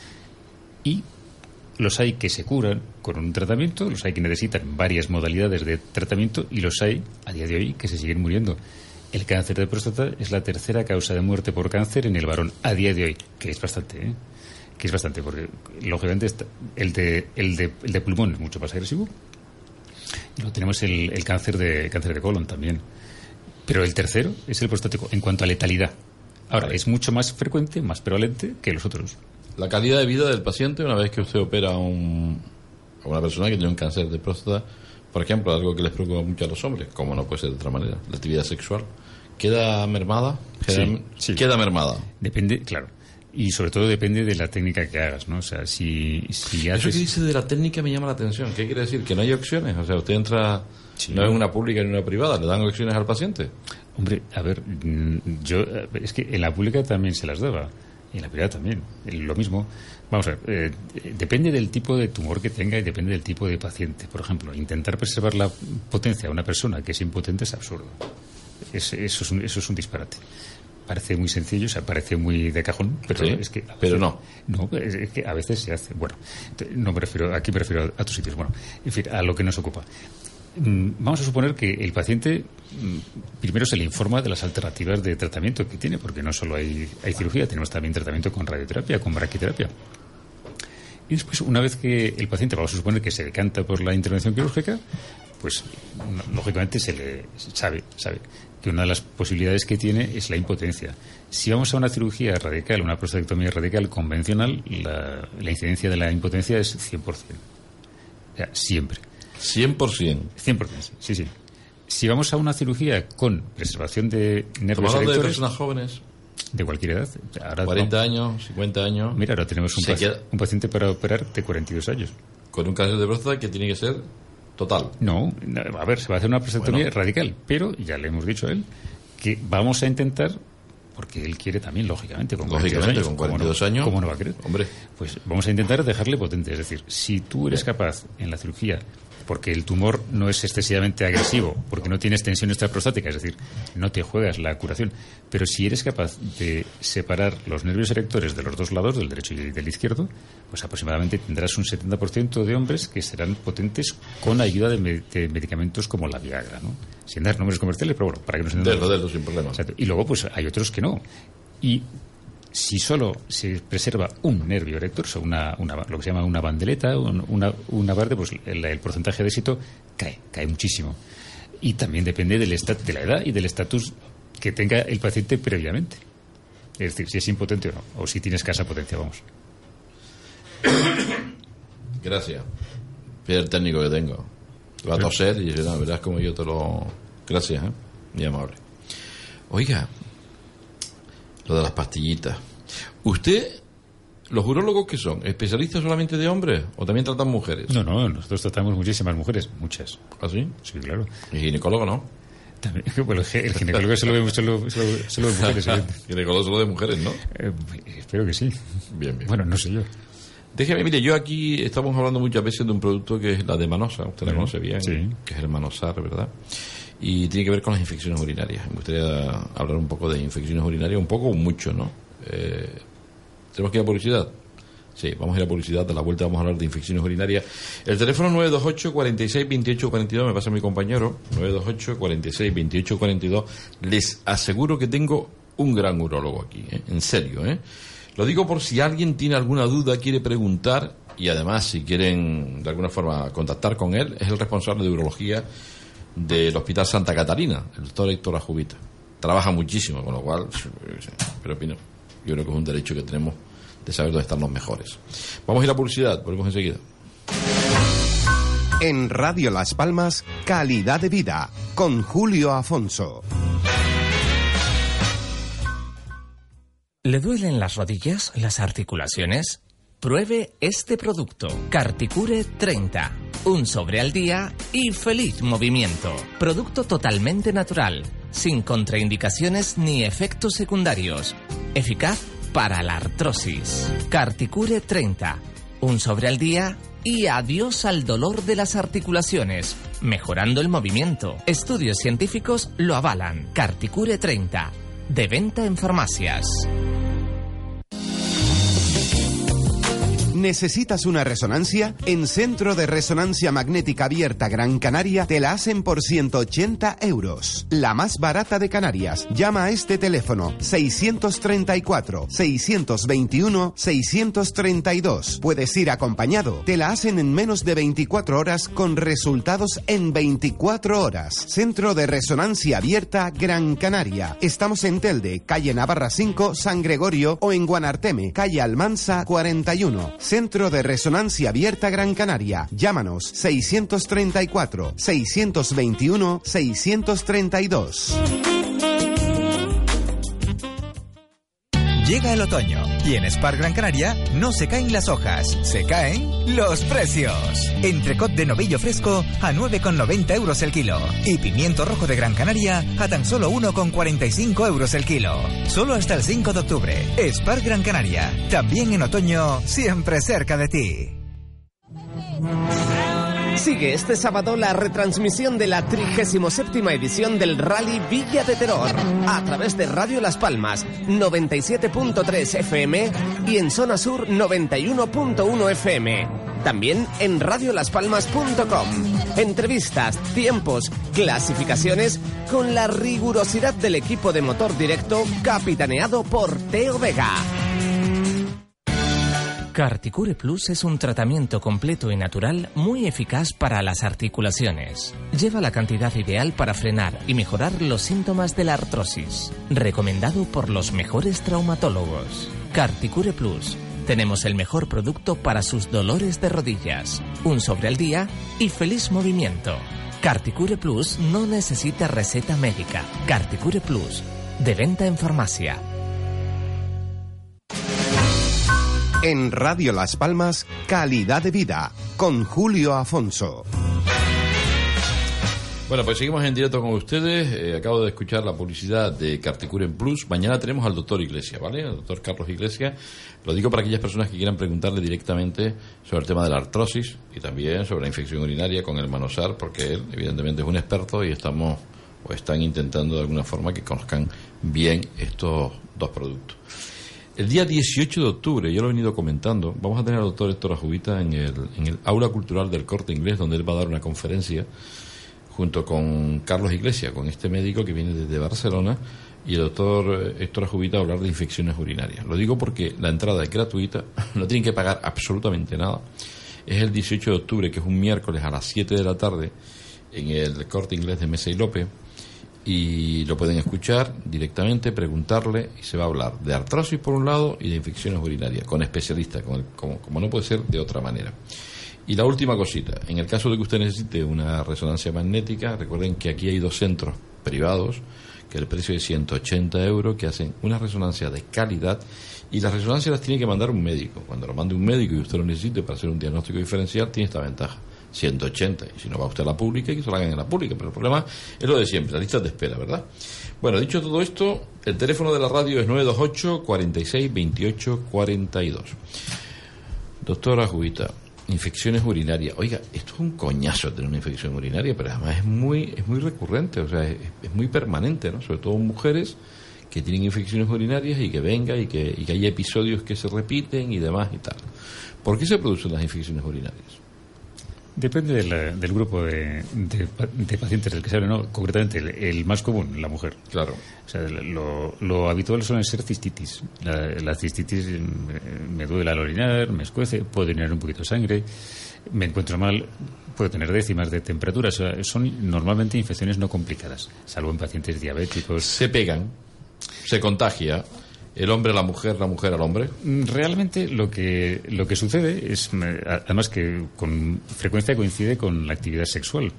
Y los hay que se curan con un tratamiento, los hay que necesitan varias modalidades de tratamiento y los hay, a día de hoy, que se siguen muriendo. El cáncer de próstata es la tercera causa de muerte por cáncer en el varón, a día de hoy, que es bastante, ¿eh? Que es bastante, porque lógicamente está, el, de, el, de, el de pulmón es mucho más agresivo. Y luego tenemos el, el cáncer de cáncer de colon también. Pero el tercero es el prostático, en cuanto a letalidad. Ahora, es mucho más frecuente, más prevalente que los otros. La calidad de vida del paciente, una vez que usted opera a, un, a una persona que tiene un cáncer de próstata, por ejemplo, algo que les preocupa mucho a los hombres, como no puede ser de otra manera, la actividad sexual, ¿queda mermada? ¿Queda, sí, sí. ¿Queda mermada? Depende, claro. Y sobre todo depende de la técnica que hagas, ¿no? O sea, si, si haces... Eso que dice de la técnica me llama la atención. ¿Qué quiere decir? Que no hay opciones. O sea, usted entra, sí. no es una pública ni una privada, ¿le dan opciones al paciente? Hombre, a ver, yo... Es que en la pública también se las daba. Y en la privada también. Lo mismo. Vamos a ver, eh, depende del tipo de tumor que tenga y depende del tipo de paciente. Por ejemplo, intentar preservar la potencia a una persona que es impotente es absurdo. Es, eso, es un, eso es un disparate. Parece muy sencillo, o sea, parece muy de cajón, pero sí, es que... Veces, pero no. No, es que a veces se hace... Bueno, no me refiero... Aquí me refiero a tus sitios. Bueno, en fin, a lo que nos ocupa. Vamos a suponer que el paciente primero se le informa de las alternativas de tratamiento que tiene, porque no solo hay, hay cirugía, tenemos también tratamiento con radioterapia, con braquiterapia. Y después, una vez que el paciente, vamos a suponer que se decanta por la intervención quirúrgica, pues lógicamente se le sabe, sabe que una de las posibilidades que tiene es la impotencia. Si vamos a una cirugía radical, una prostatectomía radical convencional, la, la incidencia de la impotencia es cien por ciento. O sea, siempre. cien por ciento. cien por ciento, sí, sí. Si vamos a una cirugía con preservación de nervios erectores... de personas jóvenes? De cualquier edad. Ahora, cuarenta años, cincuenta años... Mira, ahora tenemos un, paci queda... un paciente para operar de cuarenta y dos años. Con un cáncer de próstata que tiene que ser total. No, a ver, se va a hacer una prostatectomía bueno. radical, pero ya le hemos dicho a él que vamos a intentar... Porque él quiere también, lógicamente, con cuarenta y dos años. Con cuarenta y dos años. ¿Cómo no va a querer? Hombre. Pues vamos a intentar dejarle potente. Es decir, si tú eres capaz en la cirugía, porque el tumor no es excesivamente agresivo, porque no tienes tensión extraprostática, es decir, no te juegas la curación, pero si eres capaz de separar los nervios erectores de los dos lados, del derecho y del izquierdo, pues aproximadamente tendrás un setenta por ciento de hombres que serán potentes con ayuda de, me de medicamentos como la Viagra, ¿no? Sin dar nombres comerciales, pero bueno, para que nos entendamos. De, de, sin problema. Exacto. Y luego, pues hay otros que no. Y si solo se preserva un nervio erector, o sea, una, una, lo que se llama una bandeleta, una, una barde, pues el, el porcentaje de éxito cae, cae muchísimo. Y también depende del estat, de la edad y del estatus que tenga el paciente previamente. Es decir, si es impotente o no, o si tiene escasa potencia, vamos. Gracias. Fíjate el técnico que tengo. Va a toser y dice, no, verás como yo te lo... Gracias, ¿eh? Muy amable. Oiga, lo de las pastillitas. ¿Usted, los urólogos qué son? ¿Especialistas solamente de hombres o también tratan mujeres? No, no, nosotros tratamos muchísimas mujeres, muchas. ¿Ah, sí? Sí, claro. ¿Y ginecólogo no? También, bueno, el ginecólogo se lo ve solo, solo, solo de mujeres. ¿eh? Ginecólogo solo de mujeres, ¿no? Eh, espero que sí. Bien, bien. Bueno, no sé yo. Déjeme, mire, yo aquí estamos hablando muchas veces de un producto que es la de Manosa, usted la conoce bien, sí. que es el Manosar, ¿verdad? y tiene que ver con las infecciones urinarias. Me gustaría hablar un poco de infecciones urinarias, un poco o mucho, ¿no? Eh, ¿Tenemos que ir a publicidad? Sí, vamos a ir a publicidad, a la vuelta vamos a hablar de infecciones urinarias. El teléfono nueve dos ocho, cuarenta y seis, veintiocho cuarenta y dos, me pasa mi compañero, nueve dos ocho, cuarenta y seis, veintiocho cuarenta y dos. Les aseguro que tengo un gran urólogo aquí, ¿eh? En serio, ¿eh? Lo digo por si alguien tiene alguna duda, quiere preguntar, y además si quieren de alguna forma contactar con él, es el responsable de urología del Hospital Santa Catarina, el doctor Héctor Ajubita. Trabaja muchísimo, con lo cual, pero opino, yo creo que es un derecho que tenemos de saber dónde están los mejores. Vamos a ir a publicidad, volvemos enseguida. En Radio Las Palmas, Calidad de Vida, con Julio Afonso. ¿Le duelen las rodillas, las articulaciones? Pruebe este producto, Carticure treinta. Un sobre al día y feliz movimiento. Producto totalmente natural, sin contraindicaciones ni efectos secundarios. Eficaz para la artrosis. Carticure treinta. Un sobre al día y adiós al dolor de las articulaciones, mejorando el movimiento. Estudios científicos lo avalan. Carticure treinta. De venta en farmacias. ¿Necesitas una resonancia? En Centro de Resonancia Magnética Abierta Gran Canaria te la hacen por ciento ochenta euros. La más barata de Canarias. Llama a este teléfono seiscientos treinta y cuatro, seiscientos veintiuno, seiscientos treinta y dos. Puedes ir acompañado. Te la hacen en menos de veinticuatro horas con resultados en veinticuatro horas. Centro de Resonancia Abierta Gran Canaria. Estamos en Telde, calle Navarra cinco, San Gregorio, o en Guanarteme, calle Almansa cuarenta y uno. Centro de Resonancia Abierta Gran Canaria. Llámanos seiscientos treinta y cuatro, seiscientos veintiuno, seiscientos treinta y dos. Llega el otoño y en Spar Gran Canaria no se caen las hojas, se caen los precios. Entrecot de novillo fresco a nueve con noventa euros el kilo y pimiento rojo de Gran Canaria a tan solo uno con cuarenta y cinco euros el kilo. Solo hasta el cinco de octubre. Spar Gran Canaria, también en otoño, siempre cerca de ti. Sigue este sábado la retransmisión de la trigésima séptima edición del Rally Villa de Terror a través de Radio Las Palmas noventa y siete punto tres F M y en Zona Sur noventa y uno punto uno F M. También en radio las palmas punto com. Entrevistas, tiempos, clasificaciones con la rigurosidad del equipo de motor directo capitaneado por Teo Vega. Carticure Plus es un tratamiento completo y natural muy eficaz para las articulaciones. Lleva la cantidad ideal para frenar y mejorar los síntomas de la artrosis. Recomendado por los mejores traumatólogos. Carticure Plus. Tenemos el mejor producto para sus dolores de rodillas. Un sobre al día y feliz movimiento. Carticure Plus no necesita receta médica. Carticure Plus. De venta en farmacia. En Radio Las Palmas, Calidad de Vida, con Julio Afonso. Bueno, pues seguimos en directo con ustedes. Eh, acabo de escuchar la publicidad de Carticure Plus. Mañana tenemos al doctor Iglesias, ¿vale? Al doctor Carlos Iglesias. Lo digo para aquellas personas que quieran preguntarle directamente sobre el tema de la artrosis y también sobre la infección urinaria con el Manosar, porque él, evidentemente, es un experto y estamos o están intentando de alguna forma que conozcan bien estos dos productos. El día dieciocho de octubre, yo lo he venido comentando, vamos a tener al doctor Héctor Ajubita en el, en el Aula Cultural del Corte Inglés, donde él va a dar una conferencia junto con Carlos Iglesias, con este médico que viene desde Barcelona, y el doctor Héctor Ajubita a hablar de infecciones urinarias. Lo digo porque la entrada es gratuita, no tienen que pagar absolutamente nada. Es el dieciocho de octubre, que es un miércoles a las siete de la tarde, en el Corte Inglés de Mesa y López, y lo pueden escuchar directamente, preguntarle, y se va a hablar de artrosis por un lado y de infecciones urinarias, con especialistas, con el, como, como no puede ser de otra manera. Y la última cosita, en el caso de que usted necesite una resonancia magnética, recuerden que aquí hay dos centros privados, que el precio es ciento ochenta euros, que hacen una resonancia de calidad, y las resonancias las tiene que mandar un médico. Cuando lo mande un médico y usted lo necesite para hacer un diagnóstico diferencial, tiene esta ventaja, ciento ochenta, y si no va usted a la pública, que se lo hagan en la pública, pero el problema es lo de siempre, las listas de espera, ¿verdad? Bueno, dicho todo esto, el teléfono de la radio es nueve dos ocho, cuarenta y seis, veintiocho cuarenta y dos. Doctora Ajubita, Infecciones urinarias. Oiga, esto es un coñazo tener una infección urinaria, pero además es muy es muy recurrente, o sea, es, es muy permanente, ¿no? Sobre todo en mujeres que tienen infecciones urinarias y que venga y que, y que hay episodios que se repiten y demás y tal. ¿Por qué se producen las infecciones urinarias? Depende de la, del grupo de, de, de pacientes del que se habla, ¿no? Concretamente, el, el más común, la mujer. Claro. O sea, lo, lo habitual suelen ser cistitis. La, la cistitis me, me duele al orinar, me escuece, puedo tener un poquito de sangre, me encuentro mal, puedo tener décimas de temperatura. O sea, son normalmente infecciones no complicadas, salvo en pacientes diabéticos. Se pegan, se contagia. ¿El hombre a la mujer, la mujer al hombre? Realmente lo que lo que sucede es, además que con frecuencia coincide con la actividad sexual.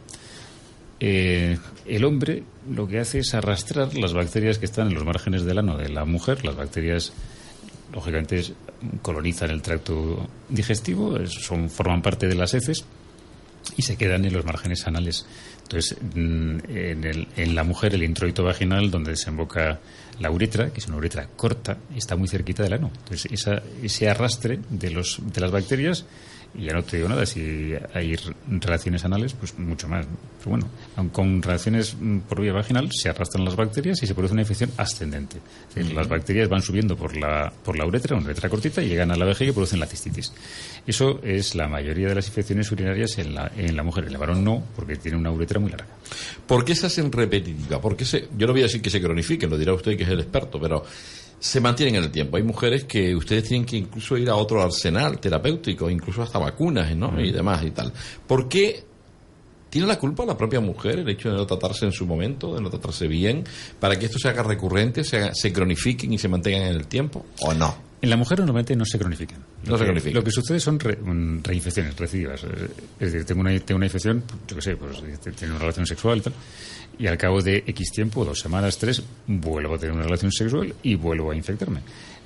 Eh, el hombre lo que hace es arrastrar las bacterias que están en los márgenes del ano de la mujer. Las bacterias, lógicamente, colonizan el tracto digestivo, son forman parte de las heces y se quedan en los márgenes anales. Entonces, en, el, en la mujer, el introito vaginal, donde desemboca la uretra, que es una uretra corta, está muy cerquita del ano. Entonces, esa, ese arrastre de, los, de las bacterias, y ya no te digo nada, si hay relaciones anales, pues mucho más. Pero bueno, aun con relaciones por vía vaginal, se arrastran las bacterias y se produce una infección ascendente. Es decir, las bacterias van subiendo por la, por la uretra, una uretra cortita, y llegan a la vejiga y producen la cistitis. Eso es la mayoría de las infecciones urinarias en la, en la mujer. En el varón no, porque tiene una uretra muy larga. ¿Por qué se hacen repetitivas? ¿Por qué se, yo no voy a decir que se cronifiquen, lo dirá usted que es el experto, pero se mantienen en el tiempo? Hay mujeres que ustedes tienen que incluso ir a otro arsenal terapéutico, incluso hasta vacunas, ¿no? Mm. Y demás y tal. ¿Por qué tiene la culpa la propia mujer el hecho de no tratarse en su momento, de no tratarse bien, para que esto se haga recurrente, se, haga, se cronifiquen y se mantengan en el tiempo, o no? En la mujer normalmente no se cronifican. Lo, no que, se cronifican. Lo que sucede son re, un, reinfecciones, recidivas. Es decir, tengo una, tengo una infección, yo qué sé, pues tengo una relación sexual y tal, y al cabo de X tiempo, dos semanas, tres, vuelvo a tener una relación sexual y vuelvo a infectarme.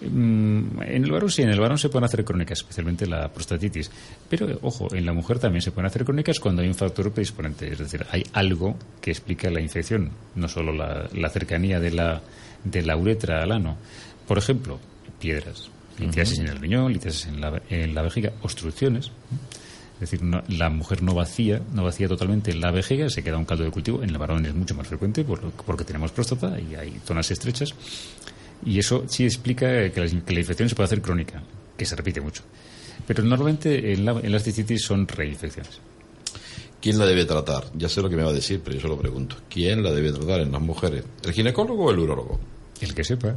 En el varón sí, en el varón se pueden hacer crónicas, especialmente la prostatitis. Pero, ojo, en la mujer también se pueden hacer crónicas cuando hay un factor predisponente. Es decir, hay algo que explica la infección, no solo la, la cercanía de la, de la uretra al ano. Por ejemplo, piedras, litiasis uh-huh. en el riñón, litiasis en la, en la vejiga, obstrucciones. Es decir, no, la mujer no vacía, no vacía totalmente la vejiga, se queda un caldo de cultivo. En el varón es mucho más frecuente por, porque tenemos próstata y hay zonas estrechas. Y eso sí explica que la, que la infección se puede hacer crónica, que se repite mucho. Pero normalmente en, la, en las cistitis son reinfecciones. ¿Quién la debe tratar? Ya sé lo que me va a decir, pero yo se lo pregunto. ¿Quién la debe tratar en las mujeres? ¿El ginecólogo o el urólogo? El que sepa.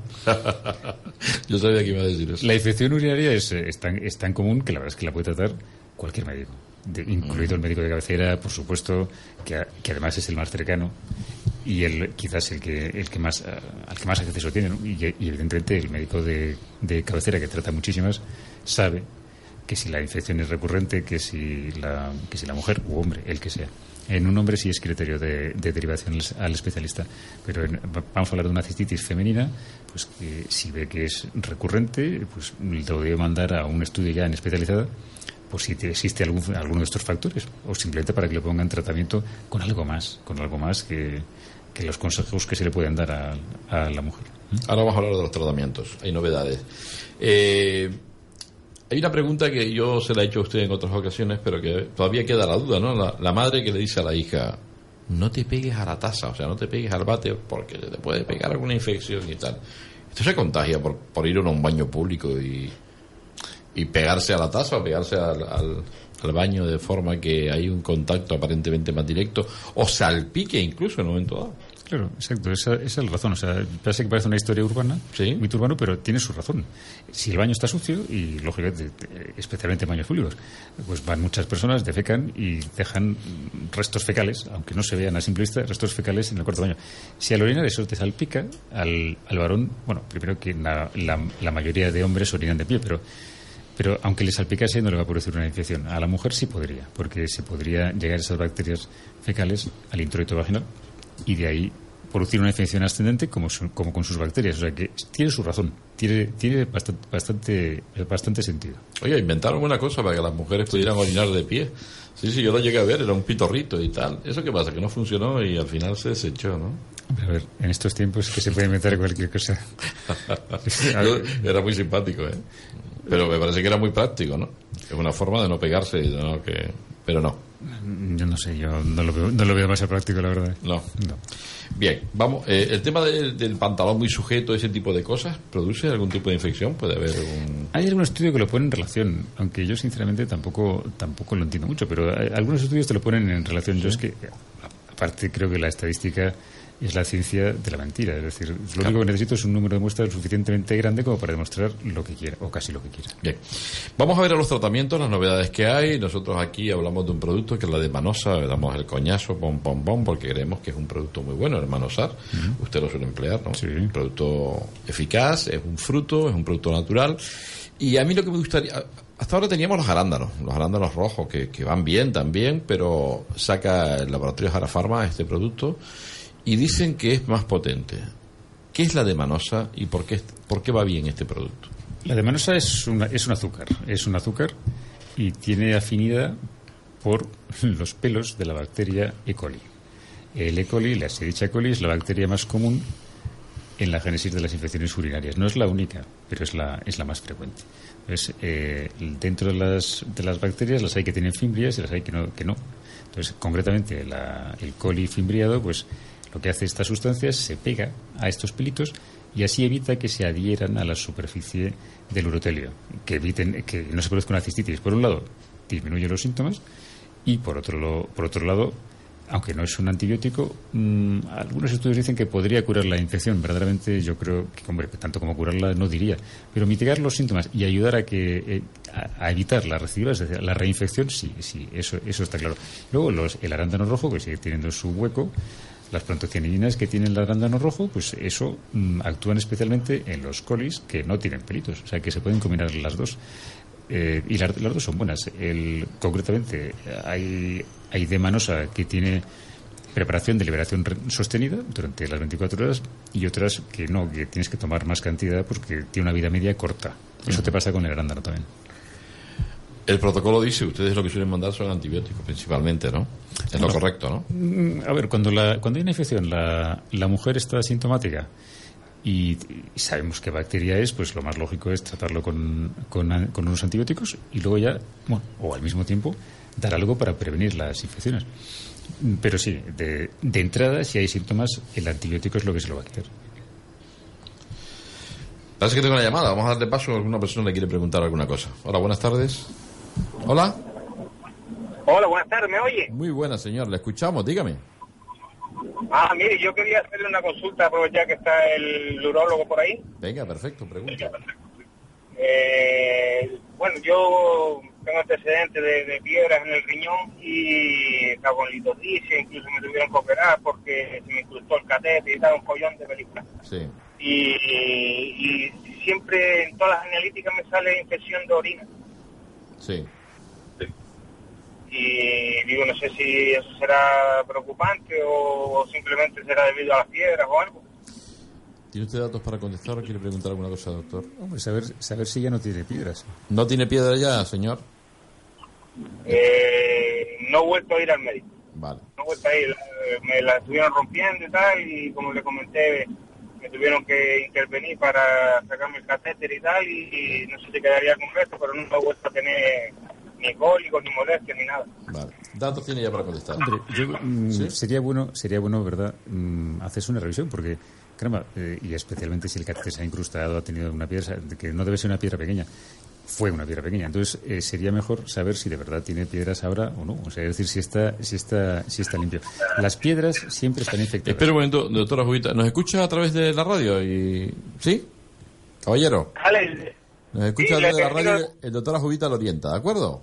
Yo sabía que iba a decir eso. La infección urinaria es, es, tan, es tan común que la verdad es que la puede tratar cualquier médico, de, incluido el médico de cabecera, por supuesto, que, que además es el más cercano y el quizás el que el que más al que más acceso tiene, ¿no? y, y evidentemente el médico de, de cabecera, que trata muchísimas, sabe que si la infección es recurrente, que si la que si la mujer u hombre, el que sea. En un hombre sí es criterio de, de derivación al especialista, pero en, vamos a hablar de una cistitis femenina, pues que si ve que es recurrente, pues lo debe mandar a un estudio ya en especializada por si te existe algún, alguno de estos factores, o simplemente para que le pongan tratamiento con algo más, con algo más que, que los consejos que se le pueden dar a, a la mujer. Ahora vamos a hablar de los tratamientos, hay novedades. Eh... Hay una pregunta que yo se la he hecho a usted en otras ocasiones, pero que todavía queda la duda, ¿no? La, la madre que le dice a la hija, no te pegues a la taza, o sea, no te pegues al bate porque te puede pegar alguna infección y tal. Esto se contagia por, por ir a un baño público y, y pegarse a la taza o pegarse al, al, al baño de forma que hay un contacto aparentemente más directo o salpique incluso en un momento dado. Claro, exacto, esa, esa es la razón. O sea, parece que parece una historia urbana, ¿sí? Muy urbano, pero tiene su razón. Si el baño está sucio, y lógicamente, especialmente en baños públicos, pues van muchas personas, defecan y dejan restos fecales, aunque no se vean a simple vista, restos fecales en el cuarto baño. Si al orinar eso te salpica, al, al varón, bueno, primero que la, la, la mayoría de hombres orinan de pie, pero pero aunque le salpicase no le va a producir una infección. A la mujer sí podría, porque se podría llegar esas bacterias fecales al introito vaginal y de ahí producir una infección ascendente como, su, como con sus bacterias. O sea que tiene su razón, tiene, tiene bastante, bastante, bastante sentido. Oye, inventaron una cosa para que las mujeres pudieran orinar de pie. Sí, sí, yo lo llegué a ver, era un pitorrito y tal. ¿Eso qué pasa? Que no funcionó y al final se desechó, ¿no? A ver, en estos tiempos que se puede inventar cualquier cosa. Era muy simpático, ¿eh? Pero me parece que era muy práctico, ¿no? Es una forma de no pegarse, ¿no? Que... pero no. Yo no sé, yo no lo veo, no lo veo demasiado práctico, la verdad. No. No. Bien, vamos. Eh, el tema del, del pantalón muy sujeto, ese tipo de cosas, ¿produce algún tipo de infección? Puede haber un... Hay algún estudio que lo pone en relación, aunque yo sinceramente tampoco tampoco lo entiendo mucho, pero hay, algunos estudios te lo ponen en relación. ¿Sí? Yo es que, aparte, creo que la estadística es la ciencia de la mentira. Es decir, lo claro. único que necesito es un número de muestras suficientemente grande como para demostrar lo que quiera, o casi lo que quiera. Bien. Vamos a ver a los tratamientos, las novedades que hay. Nosotros aquí hablamos de un producto que es la de Manosa, le damos el coñazo, pom, pom, pom, porque creemos que es un producto muy bueno, el Manosar. Uh-huh. Usted lo suele emplear, ¿no? Sí. Un producto eficaz, es un fruto, es un producto natural. Y a mí lo que me gustaría... Hasta ahora teníamos los arándanos, los arándanos rojos, que, que van bien también, pero saca el laboratorio Jara Pharma este producto y dicen que es más potente. ¿Qué es la de Manosa y por qué, por qué va bien este producto? La de Manosa es, una, es un azúcar, es un azúcar y tiene afinidad por los pelos de la bacteria E. coli. El E. coli, la Escherichia coli, es la bacteria más común en la génesis de las infecciones urinarias. No es la única, pero es la, es la más frecuente. Entonces, eh, dentro de las, de las bacterias las hay que tienen fimbrias y las hay que no. Que no. Entonces, concretamente, la, el coli fimbriado, pues lo que hace esta sustancia es se pega a estos pelitos y así evita que se adhieran a la superficie del urotelio, que eviten que no se produzca una cistitis. Por un lado, disminuye los síntomas y por otro, lo, por otro lado, aunque no es un antibiótico, mmm, algunos estudios dicen que podría curar la infección. Verdaderamente yo creo que, hombre, tanto como curarla no diría, pero mitigar los síntomas y ayudar a que eh, a, a evitar la recidiva, es decir, la reinfección, sí, sí, eso eso está claro. Luego los, el arándano rojo, que sigue teniendo su hueco, las proantocianidinas que tienen el arándano rojo, pues eso mmm, actúan especialmente en los colis que no tienen pelitos, o sea que se pueden combinar las dos. Eh, y las, las dos son buenas. El, concretamente, hay, hay de Manosa que tiene preparación de liberación sostenida durante las veinticuatro horas y otras que no, que tienes que tomar más cantidad porque tiene una vida media corta. Eso uh-huh. te pasa con el arándano también. El protocolo dice, ustedes lo que suelen mandar son antibióticos principalmente, ¿no? Es lo no, correcto, ¿no? A ver, cuando, la, cuando hay una infección, la, la mujer está asintomática y sabemos qué bacteria es, pues lo más lógico es tratarlo con, con, con unos antibióticos y luego ya, bueno, o al mismo tiempo, dar algo para prevenir las infecciones. Pero sí, de, de entrada, si hay síntomas, el antibiótico es lo que se lo va a quitar. Parece que tengo una llamada. Vamos a darle paso a alguna persona que le quiere preguntar alguna cosa. Hola, buenas tardes. Hola. Hola, buenas tardes, ¿me oye? Muy buena, señor. Le escuchamos, dígame. Ah, mire, yo quería hacerle una consulta, aprovechar que está el urólogo por ahí. Venga, perfecto, pregunta. Eh, bueno, yo tengo antecedentes de, de piedras en el riñón y estaba con litodicia, incluso me tuvieron que operar porque se me incrustó el catéter y tal, un collón de película. Sí. Y, y siempre en todas las analíticas me sale infección de orina. Sí. Y digo, no sé si eso será preocupante o simplemente será debido a las piedras o algo. ¿Tiene usted datos para contestar o quiere preguntar alguna cosa, doctor? Hombre, saber, saber si ya no tiene piedras. ¿No tiene piedra ya, señor? Eh, no he vuelto a ir al médico. Vale. No he vuelto a ir. Me la estuvieron rompiendo y tal, y como le comenté, me tuvieron que intervenir para sacarme el catéter y tal, y, y no sé si quedaría con esto, pero no he vuelto a tener ni cólicos, ni molestias, ni nada. Vale. Datos tiene ya para contestar. Hombre, yo, mm, ¿sí? sería bueno, sería bueno, ¿verdad?, mm, hacerse una revisión, porque, caramba, eh, y especialmente si el catéter se ha incrustado, ha tenido una piedra, que no debe ser una piedra pequeña, fue una piedra pequeña. Entonces, eh, sería mejor saber si de verdad tiene piedras ahora o no. O sea, es decir, si está, si está, si está limpio. Las piedras siempre están infectadas. Espera un momento, doctora Jubita. ¿Nos escucha a través de la radio? y ¿Sí? Caballero. Dale. Nos escucha sí, a través de la radio, radio, el doctor Jubita lo orienta, ¿de acuerdo?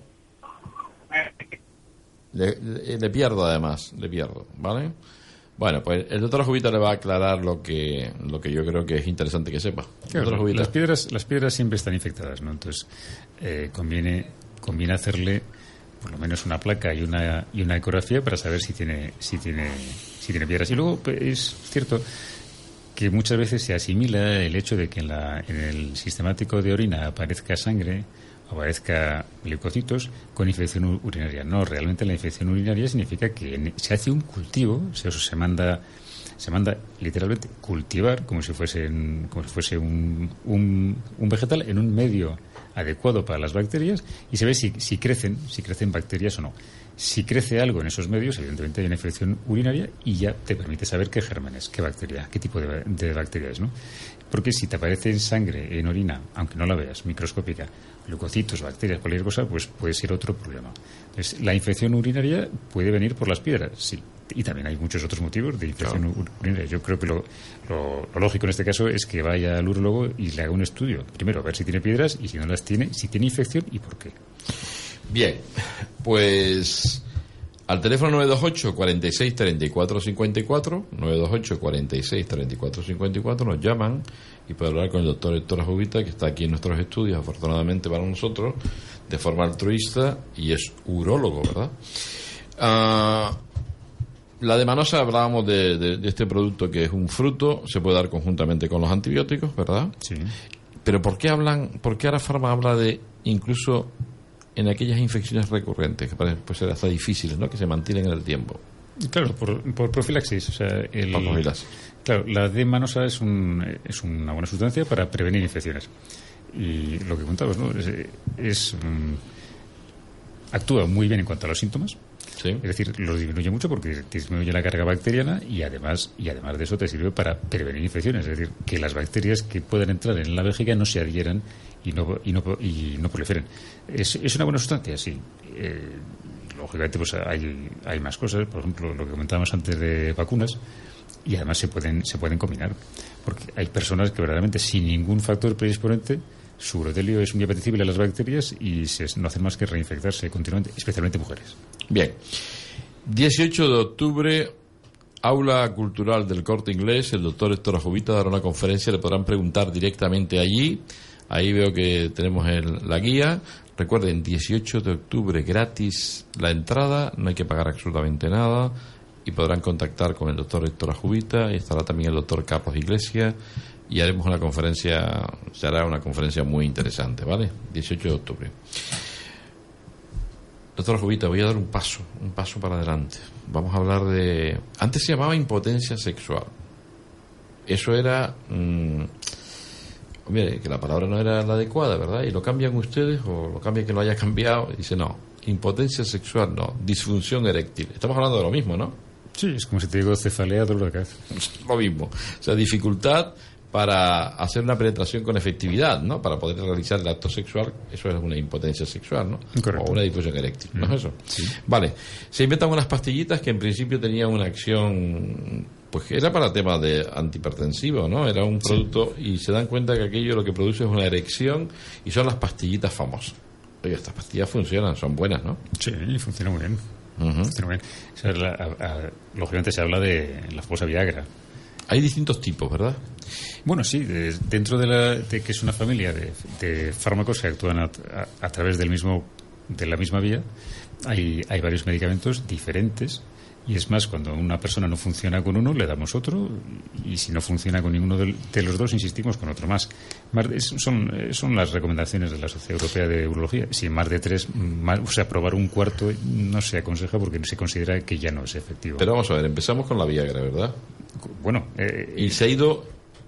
Le, le, le pierdo además, le pierdo, ¿vale? Bueno, pues el doctor Jubita le va a aclarar lo que lo que yo creo que es interesante que sepa. Claro, las piedras las piedras siempre están infectadas, ¿no? Entonces eh, conviene conviene hacerle por lo menos una placa y una y una ecografía para saber si tiene si tiene si tiene piedras. Y luego pues, es cierto que muchas veces se asimila el hecho de que en la en el sistemático de orina aparezca sangre, aparezca leucocitos con infección urinaria. No, realmente la infección urinaria significa que se hace un cultivo, se, se manda se manda literalmente cultivar como si fuese como si fuese un, un, un vegetal en un medio adecuado para las bacterias y se ve si, si crecen, si crecen bacterias o no. Si crece algo en esos medios, evidentemente hay una infección urinaria y ya te permite saber qué germen es, qué bacteria, qué tipo de, de bacteria es, ¿no? Porque si te aparece en sangre, en orina, aunque no la veas, microscópica, leucocitos, bacterias, cualquier cosa, pues puede ser otro problema. Entonces, la infección urinaria puede venir por las piedras, sí. Y también hay muchos otros motivos de infección claro. urinaria. Yo creo que lo, lo, lo lógico en este caso es que vaya al urólogo y le haga un estudio. Primero, a ver si tiene piedras y si no las tiene, si tiene infección y por qué. Bien, pues al teléfono nueve dos ocho, cuarenta y seis, treinta y cuatro cincuenta y cuatro, nueve dos ocho, cuarenta y seis, treinta y cuatro cincuenta y cuatro, nos llaman y pueden hablar con el doctor Héctor Ajubita, que está aquí en nuestros estudios, afortunadamente para nosotros, de forma altruista, y es urólogo, ¿verdad? Uh, la demanosa, hablábamos de, de, de este producto que es un fruto, se puede dar conjuntamente con los antibióticos, ¿verdad? Sí. Pero ¿por qué hablan, por qué ahora Pharma habla de incluso en aquellas infecciones recurrentes, que pueden ser hasta difíciles, ¿no?, que se mantienen en el tiempo? Claro, por, por profilaxis. O sea, el, por profilaxis. Claro, la D-manosa es, un, es una buena sustancia para prevenir infecciones. Y lo que contabas, ¿no?, es, es um, actúa muy bien en cuanto a los síntomas. Sí. Es decir, los disminuye mucho porque disminuye la carga bacteriana y además y además de eso te sirve para prevenir infecciones. Es decir, que las bacterias que puedan entrar en la vejiga no se adhieran y no y no, y no proliferen. ¿Es, es una buena sustancia? Sí. Eh, lógicamente pues hay, hay más cosas. Por ejemplo, lo que comentábamos antes de vacunas. Y además se pueden se pueden combinar. Porque hay personas que verdaderamente sin ningún factor predisponente su urotelio es muy apetecible a las bacterias y se, no hacen más que reinfectarse continuamente, especialmente mujeres. Bien. dieciocho de octubre, Aula Cultural del Corte Inglés, el doctor Héctor Ajubita dará una conferencia, le podrán preguntar directamente allí. Ahí veo que tenemos el, la guía. Recuerden, dieciocho de octubre, gratis la entrada, no hay que pagar absolutamente nada y podrán contactar con el doctor Héctor Ajubita y estará también el doctor Carlos Iglesias. Y haremos una conferencia, se hará una conferencia muy interesante, ¿vale? dieciocho de octubre. Doctor Ajubita, voy a dar un paso, un paso para adelante. Vamos a hablar de... Antes se llamaba impotencia sexual. Eso era... Mmm, mire, que la palabra no era la adecuada, ¿verdad? ¿Y lo cambian ustedes o lo cambian que lo haya cambiado? Y dice, no, impotencia sexual no, disfunción eréctil. Estamos hablando de lo mismo, ¿no? Sí, es como si te digo cefalea, dolor de cabeza. Lo mismo. O sea, dificultad para hacer una penetración con efectividad, ¿no? Para poder realizar el acto sexual, eso es una impotencia sexual, ¿no? Correcto. O una disfunción eréctil, ¿no mm. es eso? Sí. Vale. Se inventan unas pastillitas que en principio tenían una acción, pues que era para temas de antihipertensivo, ¿no? Era un producto sí. Y se dan cuenta que aquello lo que produce es una erección y son las pastillitas famosas. Oye, estas pastillas funcionan, son buenas, ¿no? Sí, funcionan muy bien. Uh-huh. Funciona muy bien. O sea, la, a, a, lógicamente se habla de la famosa Viagra. Hay distintos tipos, ¿verdad? Bueno, sí, de, dentro de, la, de que es una familia de, de fármacos que actúan a, a, a través del mismo de la misma vía, hay, hay varios medicamentos diferentes. Y es más, cuando una persona no funciona con uno, le damos otro, y si no funciona con ninguno de, de los dos, insistimos con otro más. más es, son, son las recomendaciones de la Sociedad Europea de Urología. Si más de tres, más, o sea, probar un cuarto no se aconseja porque se considera que ya no es efectivo. Pero vamos a ver, empezamos con la Viagra, ¿verdad? Bueno. Eh, ¿Y se ha ido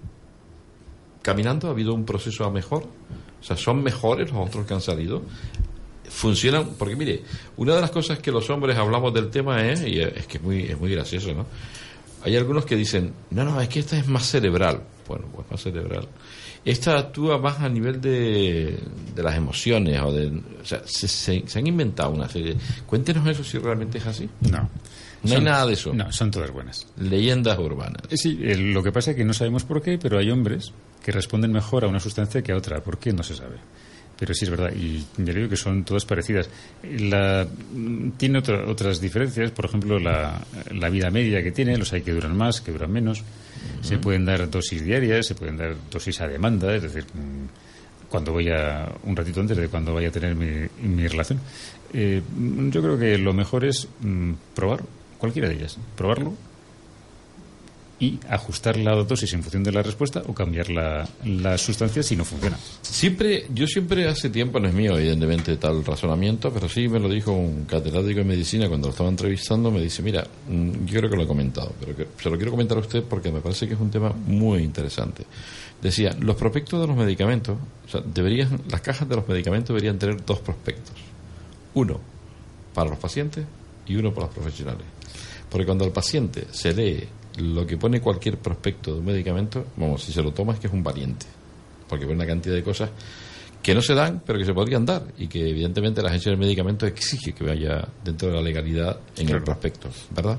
caminando? ¿Ha habido un proceso a mejor? O sea, ¿son mejores los otros que han salido? Funcionan, porque mire, una de las cosas que los hombres hablamos del tema es, y es que es muy, es muy gracioso, ¿no? Hay algunos que dicen, no, no, es que esta es más cerebral. Bueno, pues más cerebral. Esta actúa más a nivel de, de las emociones, o de, o sea, se, se, se han inventado una serie. Cuéntenos eso si realmente es así. No. No son, hay nada de eso. No, son todas buenas. Leyendas urbanas. Sí, eh, lo que pasa es que no sabemos por qué, pero hay hombres que responden mejor a una sustancia que a otra. ¿Por qué? No se sabe. Pero sí es verdad, y yo digo que son todas parecidas. La, tiene otra, otras diferencias, por ejemplo, la, la vida media que tiene, los hay que duran más, que duran menos. Uh-huh. Se pueden dar dosis diarias, se pueden dar dosis a demanda, es decir, cuando voy a, un ratito antes de cuando vaya a tener mi, mi relación. Eh, yo creo que lo mejor es mm, probar cualquiera de ellas, probarlo y ajustar la dosis en función de la respuesta o cambiar la, la sustancia si no funciona. Siempre, yo siempre hace tiempo, no es mío evidentemente tal razonamiento, pero sí me lo dijo un catedrático de medicina cuando lo estaba entrevistando, me dice, mira, yo creo que lo he comentado, pero que, se lo quiero comentar a usted porque me parece que es un tema muy interesante. Decía, los prospectos de los medicamentos, o sea, deberían, las cajas de los medicamentos deberían tener dos prospectos. Uno para los pacientes y uno para los profesionales. Porque cuando el paciente se lee lo que pone cualquier prospecto de un medicamento, vamos, si se lo toma es que es un valiente, porque pone una cantidad de cosas que no se dan, pero que se podrían dar, y que evidentemente la Agencia del Medicamento exige que vaya dentro de la legalidad en claro. el prospecto, ¿verdad?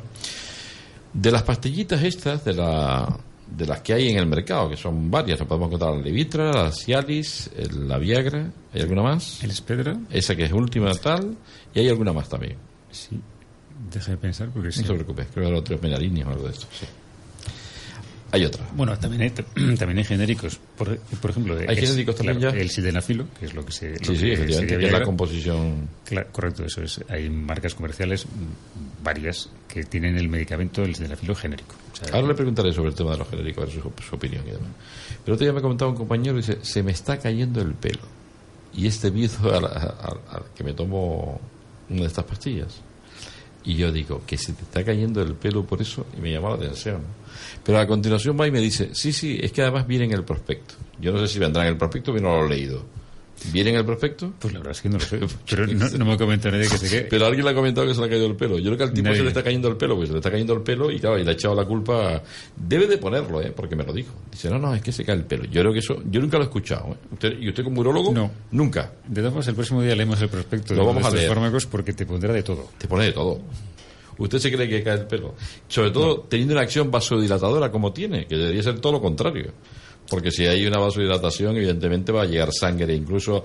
De las pastillitas estas, de la de las que hay en el mercado, que son varias, nos podemos encontrar la Levitra, la Cialis, el, la Viagra, ¿hay alguna más? El Spedra. Esa que es última tal, y hay alguna más también. Sí. Deja de pensar porque sí. No se preocupe, creo que era otro Menarini o algo de esto, sí. Hay otra. Bueno, también hay, también hay genéricos. Por, por ejemplo, hay es, genéricos también claro, ya. El sildenafilo, que es lo que se. Sí, lo sí, que efectivamente, que es la composición. Claro, correcto, eso es. Hay marcas comerciales, varias, que tienen el medicamento, el sildenafilo genérico. O sea, ahora le preguntaré sobre el tema de los genéricos, a ver su, su opinión y demás. Pero otro día me comentaba un compañero y dice: se me está cayendo el pelo. Y es debido a, a, a, a que me tomo una de estas pastillas. Y yo digo, que se te está cayendo el pelo por eso, y me llamó la atención. Pero a continuación va y me dice, sí, sí, es que además viene en el prospecto. Yo no sé si vendrá en el prospecto, pero no lo he leído. ¿Viene en el prospecto? Pues la verdad es que no lo sé. Pero no, no me comenta nadie que se quede. Pero alguien le ha comentado que se le ha caído el pelo. Yo creo que al tipo nadie. se le está cayendo el pelo, pues se le está cayendo el pelo y claro, y le ha echado la culpa. Debe de ponerlo, ¿eh? Porque me lo dijo. Dice, no, no, es que se cae el pelo. Yo creo que eso, yo nunca lo he escuchado, ¿eh? ¿Usted, ¿Y usted como urólogo? No. Nunca. De todas formas, el próximo día leemos el prospecto lo de vamos a estos leer. fármacos porque te pondrá de todo. Te pone de todo. ¿Usted se cree que cae el pelo? Sobre todo no. teniendo una acción vasodilatadora como tiene, que debería ser todo lo contrario. Porque si hay una vasodilatación, evidentemente va a llegar sangre incluso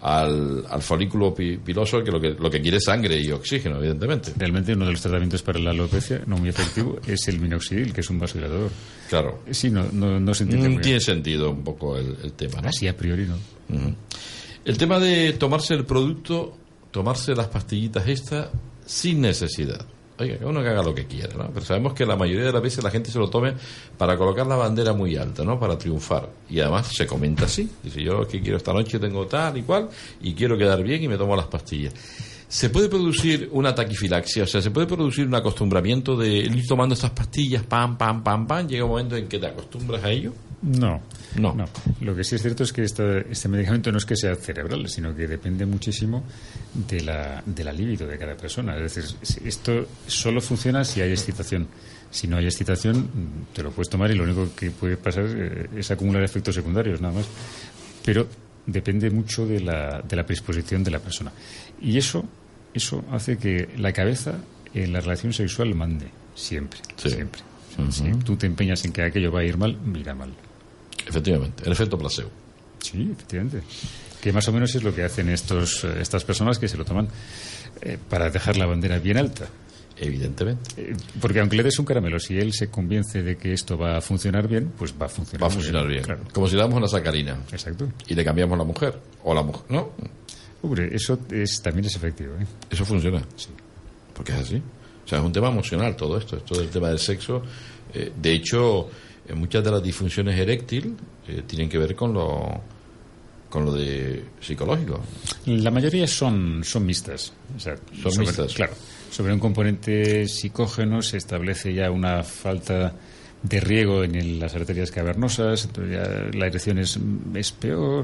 al, al folículo pi, piloso, que lo, que lo que quiere es sangre y oxígeno, evidentemente. Realmente uno de los tratamientos para la alopecia, no muy efectivo, es el minoxidil, que es un vasodilatador. Claro. Sí, no, no, no se entiende muy Tiene bien. sentido un poco el, el tema, ¿no? Así a priori no. Uh-huh. El tema de tomarse el producto, tomarse las pastillitas estas sin necesidad. Oiga, que uno que haga lo que quiera, ¿no? Pero sabemos que la mayoría de las veces la gente se lo tome para colocar la bandera muy alta, ¿no? Para triunfar. Y además se comenta así. Dice, yo que quiero esta noche tengo tal y cual, y quiero quedar bien y me tomo las pastillas. ¿Se puede producir una taquifilaxia? O sea, ¿se puede producir un acostumbramiento de ir tomando estas pastillas, pam, pam, pam, pam? ¿Llega un momento en que te acostumbras a ello? No, no. no. Lo que sí es cierto es que esta, este medicamento no es que sea cerebral, sino que depende muchísimo de la, de la libido de cada persona. Es decir, esto solo funciona si hay excitación. Si no hay excitación, te lo puedes tomar y lo único que puede pasar es acumular efectos secundarios, nada más. Pero depende mucho de la, de la predisposición de la persona. Y eso, eso hace que la cabeza en la relación sexual mande, siempre, sí. siempre. Uh-huh. Si tú te empeñas en que aquello va a ir mal, irá mal. Efectivamente, el efecto placebo. Sí, efectivamente. Que más o menos es lo que hacen estos estas personas que se lo toman eh, para dejar la bandera bien alta. Evidentemente. Eh, porque aunque le des un caramelo, si él se convence de que esto va a funcionar bien, pues va a funcionar, va a funcionar bien. bien. Claro. Como si le damos una sacarina. Exacto. Y le cambiamos la mujer. O la mujer, ¿no? Hombre, eso es, también es efectivo, ¿eh? Eso funciona. Sí. Porque es así. O sea, es un tema emocional todo esto. Esto del tema del sexo. Eh, de hecho, eh, muchas de las disfunciones eréctil eh, tienen que ver con lo con lo de psicológico. La mayoría son son mixtas. O sea, son sobre, mixtas. Claro. Sobre un componente psicógeno se establece ya una falta de riego en el, las arterias cavernosas, entonces ya la erección es, es peor.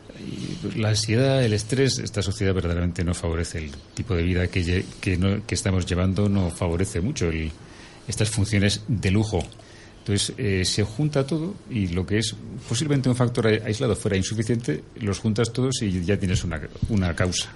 Y la ansiedad, el estrés, esta sociedad verdaderamente no favorece el tipo de vida que, que, no, que estamos llevando, no favorece mucho el, estas funciones de lujo. Entonces eh, se junta todo y lo que es posiblemente un factor aislado fuera insuficiente, los juntas todos y ya tienes una, una causa.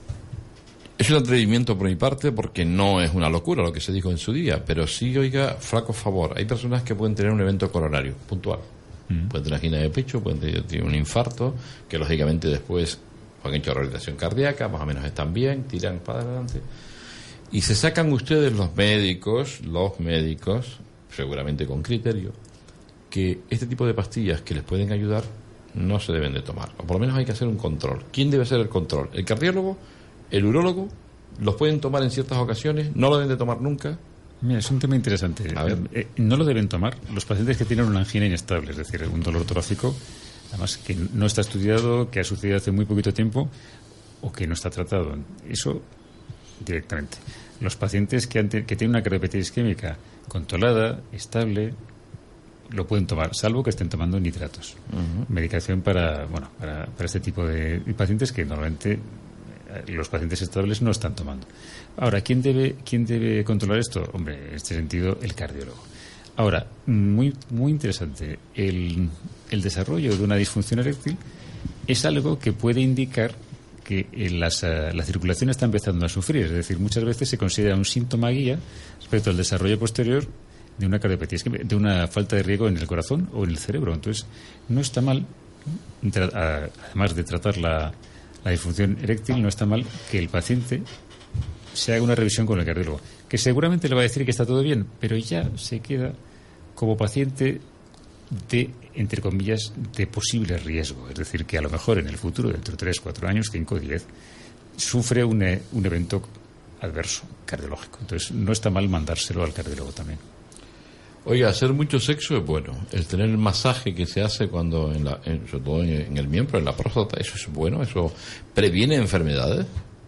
Es un atrevimiento por mi parte porque no es una locura lo que se dijo en su día, pero sí, oiga, flaco favor, hay personas que pueden tener un evento coronario puntual. Mm. Pueden tener angina de pecho, pueden tener un infarto, que lógicamente después han hecho rehabilitación cardíaca, más o menos están bien, tiran para adelante. Y se sacan ustedes los médicos, los médicos, seguramente con criterio, que este tipo de pastillas que les pueden ayudar no se deben de tomar. O por lo menos hay que hacer un control. ¿Quién debe hacer el control? ¿El cardiólogo? ¿El urólogo? ¿Los pueden tomar en ciertas ocasiones? ¿No lo deben de tomar nunca? Mira, es un tema interesante. A ver. Eh, no lo deben tomar los pacientes que tienen una angina inestable, es decir, un dolor torácico, además que no está estudiado, que ha sucedido hace muy poquito tiempo o que no está tratado. Eso directamente. Los pacientes que, han te- que tienen una cardiopatía isquémica controlada, estable, lo pueden tomar, salvo que estén tomando nitratos. Ujú. Medicación para, bueno, para, para este tipo de pacientes que normalmente eh, los pacientes estables no están tomando. Ahora, ¿quién debe, quién debe controlar esto? Hombre, en este sentido, el cardiólogo. Ahora, muy, muy interesante, el, el desarrollo de una disfunción eréctil es algo que puede indicar que eh, las, eh, la circulación está empezando a sufrir. Es decir, muchas veces se considera un síntoma guía respecto al desarrollo posterior de una cardiopatía, de una falta de riego en el corazón o en el cerebro. Entonces, no está mal, tra- a- además de tratar la, la disfunción eréctil, no está mal que el paciente se haga una revisión con el cardiólogo, que seguramente le va a decir que está todo bien, pero ya se queda como paciente de, entre comillas, de posible riesgo. Es decir, que a lo mejor en el futuro, dentro de tres, cuatro años, cinco, diez, sufre un, e- un evento adverso cardiológico. Entonces, no está mal mandárselo al cardiólogo también. Oiga, hacer mucho sexo es bueno. El tener el masaje que se hace cuando, en la, en- sobre todo en, en el miembro, en la próstata, eso es bueno, eso previene enfermedades.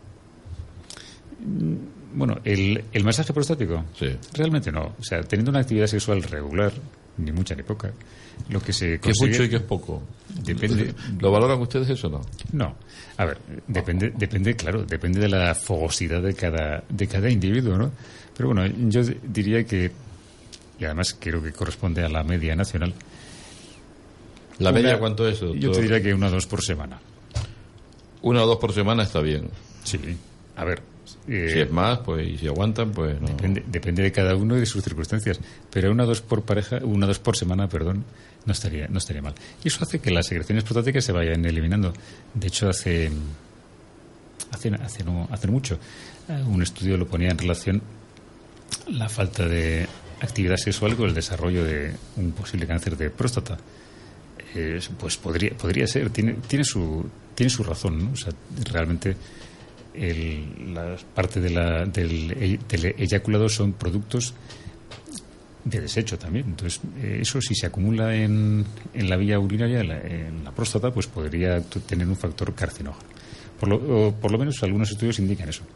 Bueno, el, el masaje prostático, Sí. realmente no. O sea, teniendo una actividad sexual regular, ni mucha ni poca, lo que se ¿Qué es consigue... mucho y qué es poco? Depende... ¿Lo valoran ustedes eso o no? No. A ver, depende, depende, claro, depende de la fogosidad de cada, de cada individuo, ¿no? Pero bueno, yo diría que, y además creo que corresponde a la media nacional. ¿La una- media cuánto es, doctor? Yo te diría que una o dos por semana. Una o dos por semana está bien. Sí. A ver. eh, Si es más, pues, y si aguantan, pues no. Depende, depende de cada uno y de sus circunstancias. Pero una o dos por pareja, una o dos por semana, perdón, no estaría, no estaría mal. Y eso hace que las secreciones prostáticas se vayan eliminando. De hecho, hace, hace, hace, no, hace no mucho, eh, un estudio lo ponía en relación la falta de actividad sexual con el desarrollo de un posible cáncer de próstata. Eh, pues podría, podría ser, tiene, tiene su, tiene su razón, ¿no? O sea, realmente el, la parte de la, del, e- del eyaculado son productos de desecho también. Entonces, eh, eso si se acumula en, en la vía urinaria, en la, en la próstata, pues podría t- tener un factor carcinógeno. Por lo, o por lo menos algunos estudios indican eso.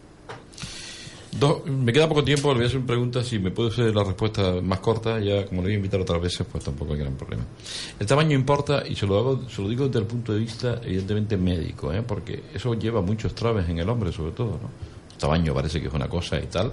Dos, me queda poco tiempo, le voy a hacer una pregunta. Si me puede hacer la respuesta más corta, ya como le voy a invitar otras veces, pues tampoco hay gran problema. El tamaño importa, y se lo, hago, se lo digo desde el punto de vista, evidentemente, médico, ¿eh? Porque eso lleva muchos traves en el hombre, sobre todo, ¿no? El tamaño parece que es una cosa y tal.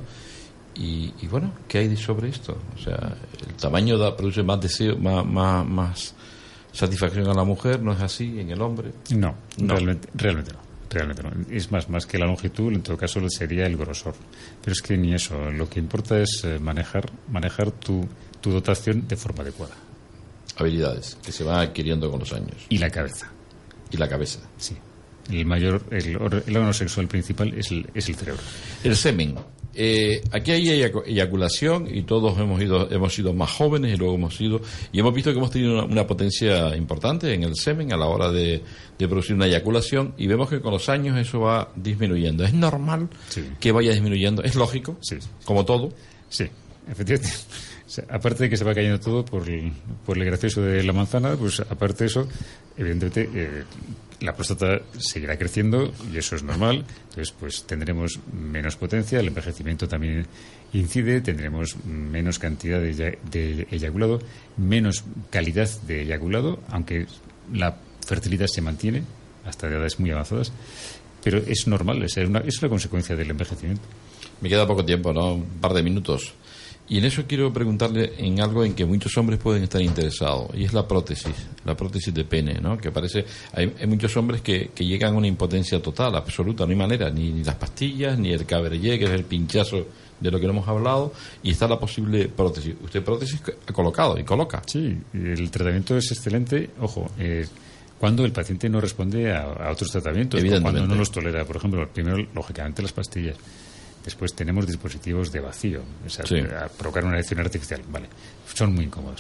Y, y bueno, ¿qué hay de sobre esto? O sea, el tamaño da, produce más deseo, más, más, más satisfacción a la mujer, ¿no es así en el hombre? No, No. realmente, realmente no. Realmente no. Es más, más que la longitud, en todo caso sería el grosor. Pero es que ni eso. Lo que importa es eh, manejar, manejar tu, tu dotación de forma adecuada. Habilidades que se van adquiriendo con los años. Y la cabeza. Y la cabeza. Sí. El mayor, el, or- el órgano sexual principal es el, es el cerebro. El semen. Eh, aquí hay eyacu- eyaculación y todos hemos ido hemos sido más jóvenes y luego hemos ido y hemos visto que hemos tenido una, una potencia importante en el semen a la hora de, de producir una eyaculación, y vemos que con los años eso va disminuyendo. Es normal Sí. que vaya disminuyendo, es lógico, Sí. como todo. Sí, efectivamente. O sea, aparte de que se va cayendo todo por el, por el gracioso de la manzana, pues aparte de eso, evidentemente, eh, la próstata seguirá creciendo y eso es normal. Entonces, pues tendremos menos potencia, el envejecimiento también incide, tendremos menos cantidad de, eya- de eyaculado, menos calidad de eyaculado, aunque la fertilidad se mantiene hasta edades muy avanzadas. Pero es normal, es una, es una consecuencia del envejecimiento. Me queda poco tiempo, ¿no? Un par de minutos. Y en eso quiero preguntarle en algo en que muchos hombres pueden estar interesados, y es la prótesis, la prótesis de pene, ¿no? Que parece, hay, hay muchos hombres que, que llegan a una impotencia total, absoluta, no hay manera, ni, ni las pastillas, ni el cabrellé, que es el pinchazo de lo que no hemos hablado, y está la posible prótesis. Usted prótesis ha colocado y coloca. Sí, el tratamiento es excelente. Ojo, eh, cuando el paciente no responde a, a otros tratamientos, o Evidentemente. cuando no los tolera. Por ejemplo, primero, lógicamente, las pastillas. Después tenemos dispositivos de vacío, o sea, Sí. a provocar una erección artificial. Vale, son muy incómodos.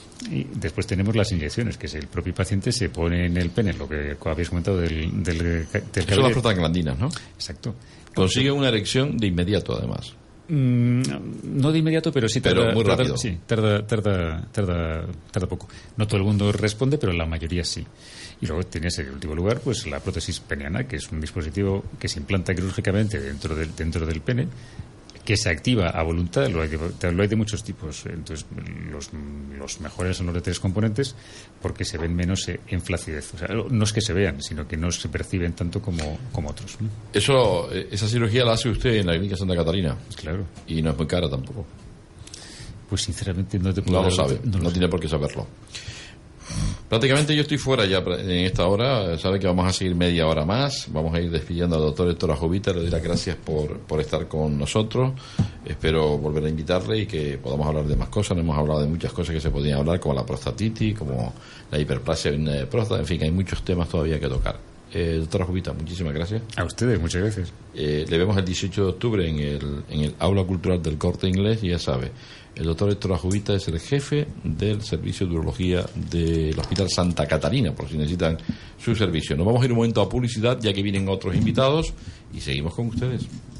Y después tenemos las inyecciones, que es el propio paciente se pone en el pene, lo que habéis comentado del, del, del Son las cabrellé. prostaglandinas, ¿no? Exacto. Consigue una erección de inmediato, además. Mm, no de inmediato, pero sí tarda, pero muy tarda, rápido. sí, tarda, tarda, tarda, tarda poco. No todo el mundo responde, pero la mayoría sí. Y luego tienes en último lugar pues la prótesis peneana, que es un dispositivo que se implanta quirúrgicamente dentro del, dentro del pene, que se activa a voluntad. Lo hay de, lo hay de muchos tipos. Entonces los, los mejores son los de tres componentes, porque se ven menos en flacidez. O sea, no es que se vean, sino que no se perciben tanto como, como otros. Eso, esa cirugía la hace usted en la Clínica Santa Catarina. Claro. Y no es muy cara tampoco. Pues sinceramente no te puedo No lo dar- sabe, no no, lo tiene sé. por qué saberlo. Prácticamente yo estoy fuera ya en esta hora. Sabe que vamos a seguir media hora más. Vamos a ir despidiendo al doctor Héctor Ajovita. Le doy las gracias por, por estar con nosotros. Espero volver a invitarle y que podamos hablar de más cosas. No hemos hablado de muchas cosas que se podían hablar, como la prostatitis, como la hiperplasia benigna de próstata. En fin, hay muchos temas todavía que tocar. Eh, doctor Ajovita, muchísimas gracias. A ustedes, muchas gracias. Eh, le vemos el dieciocho de octubre en el, en el Aula Cultural del Corte Inglés, y ya sabe, el doctor Héctor Ajovita es el jefe del servicio de urología del Hospital Santa Catarina, por si necesitan su servicio. Nos vamos a ir un momento a publicidad, ya que vienen otros invitados, y seguimos con ustedes.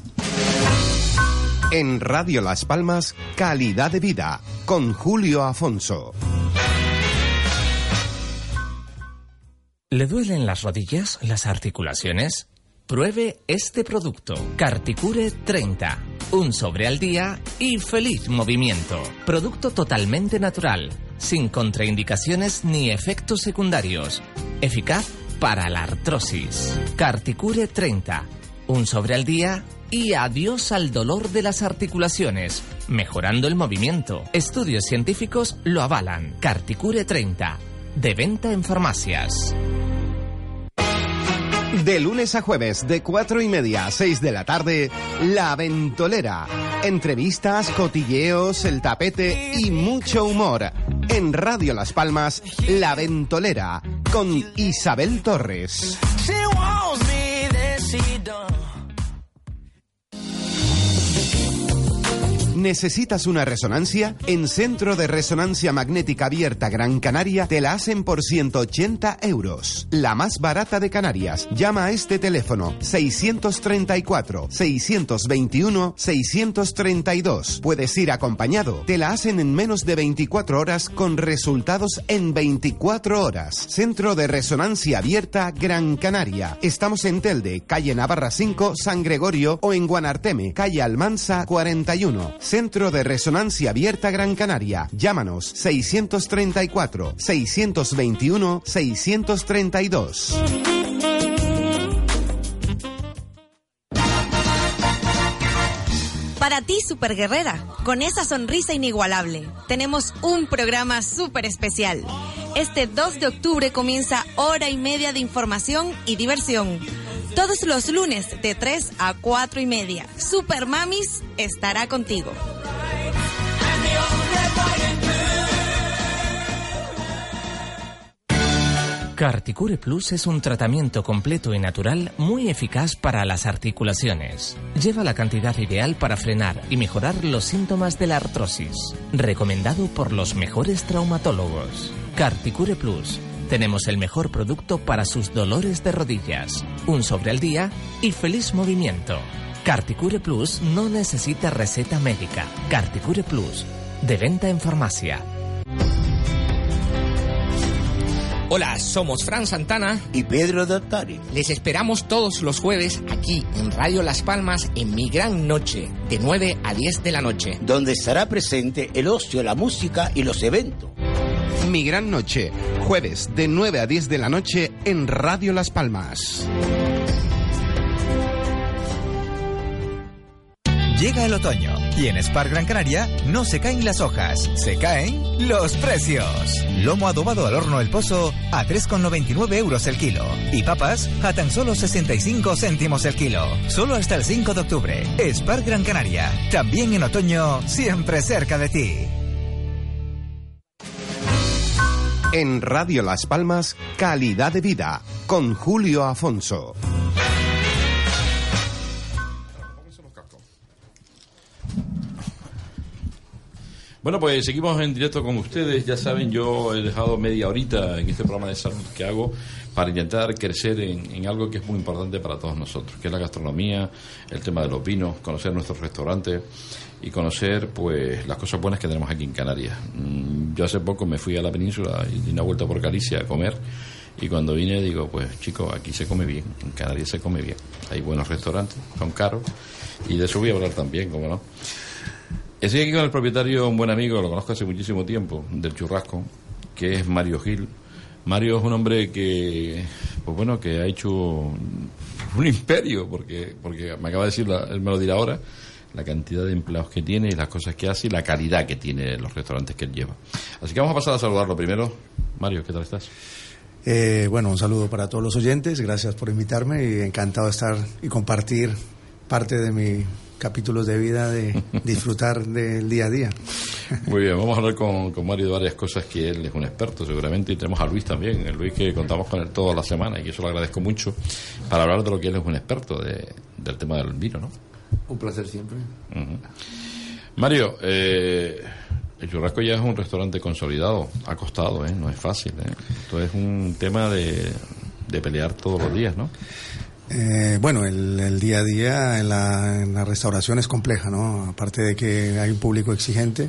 En Radio Las Palmas, Calidad de Vida, con Julio Afonso. ¿Le duelen las rodillas, las articulaciones? Pruebe este producto, Carticure treinta. Un sobre al día y feliz movimiento. Producto totalmente natural, sin contraindicaciones ni efectos secundarios. Eficaz para la artrosis. Carticure treinta. Un sobre al día y adiós al dolor de las articulaciones, mejorando el movimiento. Estudios científicos lo avalan. Carticure treinta. De venta en farmacias. De lunes a jueves, de cuatro y media a seis de la tarde, La Ventolera. Entrevistas, cotilleos, el tapete y mucho humor. En Radio Las Palmas, La Ventolera, con Isabel Torres. ¿Necesitas una resonancia? En Centro de Resonancia Magnética Abierta Gran Canaria te la hacen por ciento ochenta euros. La más barata de Canarias. Llama a este teléfono seiscientos treinta y cuatro, seiscientos veintiuno, seiscientos treinta y dos. Puedes ir acompañado. Te la hacen en menos de veinticuatro horas con resultados en veinticuatro horas. Centro de Resonancia Abierta Gran Canaria. Estamos en Telde, calle Navarra cinco, San Gregorio, o en Guanarteme, calle Almansa cuarenta y uno. Centro de Resonancia Abierta Gran Canaria. Llámanos seiscientos treinta y cuatro, seiscientos veintiuno, seiscientos treinta y dos. Para ti, superguerrera, con esa sonrisa inigualable, tenemos un programa súper especial. Este dos de octubre comienza hora y media de información y diversión. Todos los lunes de tres a cuatro y media. Super Mamis estará contigo. Carticure Plus es un tratamiento completo y natural muy eficaz para las articulaciones. Lleva la cantidad ideal para frenar y mejorar los síntomas de la artrosis. Recomendado por los mejores traumatólogos. Carticure Plus. Tenemos el mejor producto para sus dolores de rodillas. Un sobre al día y feliz movimiento. Carticure Plus no necesita receta médica. Carticure Plus. De venta en farmacia. Hola, somos Fran Santana y Pedro Dottari. Les esperamos todos los jueves aquí en Radio Las Palmas en Mi Gran Noche, de nueve a diez de la noche. Donde estará presente el ocio, la música y los eventos. Mi Gran Noche, jueves de nueve a diez de la noche en Radio Las Palmas. Llega el otoño y en Spar Gran Canaria no se caen las hojas, se caen los precios. Lomo adobado al horno El Pozo a tres con noventa y nueve euros el kilo. Y papas a tan solo sesenta y cinco céntimos el kilo. Solo hasta el cinco de octubre. Spar Gran Canaria. También en otoño, siempre cerca de ti. En Radio Las Palmas, Calidad de Vida, con Julio Afonso. Bueno, pues seguimos en directo con ustedes. Ya saben, yo he dejado media horita en este programa de salud que hago para intentar crecer en, en algo que es muy importante para todos nosotros, que es la gastronomía, el tema de los vinos, conocer nuestros restaurantes y conocer pues las cosas buenas que tenemos aquí en Canarias. Yo hace poco me fui a la península y di una vuelta por Galicia a comer, y cuando vine digo, pues chicos, aquí se come bien, en Canarias se come bien, hay buenos restaurantes, son caros, y de eso voy a hablar también, ¿cómo no? Estoy aquí con el propietario, un buen amigo, lo conozco hace muchísimo tiempo, del Churrasco, que es Mario Gil. Mario es un hombre que, pues bueno, que ha hecho un imperio, porque porque me acaba de decir, la, él me lo dirá ahora, la cantidad de empleados que tiene y las cosas que hace y la calidad que tiene los restaurantes que él lleva. Así que vamos a pasar a saludarlo primero. Mario, ¿qué tal estás? Eh, bueno, un saludo para todos los oyentes, gracias por invitarme y encantado de estar y compartir parte de mi capítulos de vida, de disfrutar del día a día. Muy bien, vamos a hablar con, con Mario de varias cosas, que él es un experto seguramente, y tenemos a Luis también, el Luis que contamos con él toda la semana, y eso lo agradezco mucho, para hablar de lo que él es un experto de, del tema del vino, ¿no? Un placer siempre. Uh-huh. Mario, eh, el Churrasco ya es un restaurante consolidado, ha costado, ¿eh? No es fácil, ¿eh? Esto es un tema de, de pelear todos los días, ¿no? Eh, bueno, el, el día a día en la, en la restauración es compleja, ¿no? Aparte de que hay un público exigente,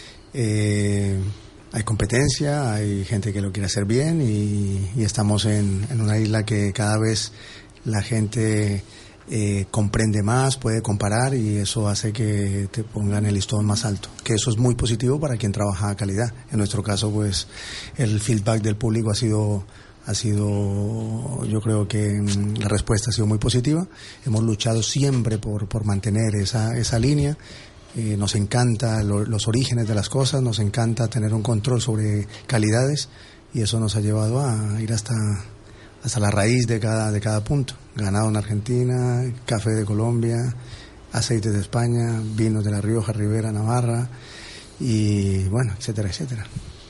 eh, hay competencia, hay gente que lo quiere hacer bien y, y estamos en, en una isla que cada vez la gente eh, comprende más, puede comparar y eso hace que te pongan el listón más alto, que eso es muy positivo para quien trabaja a calidad. En nuestro caso, pues, el feedback del público ha sido... ha sido, yo creo que la respuesta ha sido muy positiva. Hemos luchado siempre por, por mantener esa, esa línea. Eh, nos encanta lo, los orígenes de las cosas, nos encanta tener un control sobre calidades y eso nos ha llevado a ir hasta, hasta la raíz de cada, de cada punto. Ganado en Argentina, café de Colombia, aceites de España, vinos de La Rioja, Ribera, Navarra y bueno, etcétera, etcétera.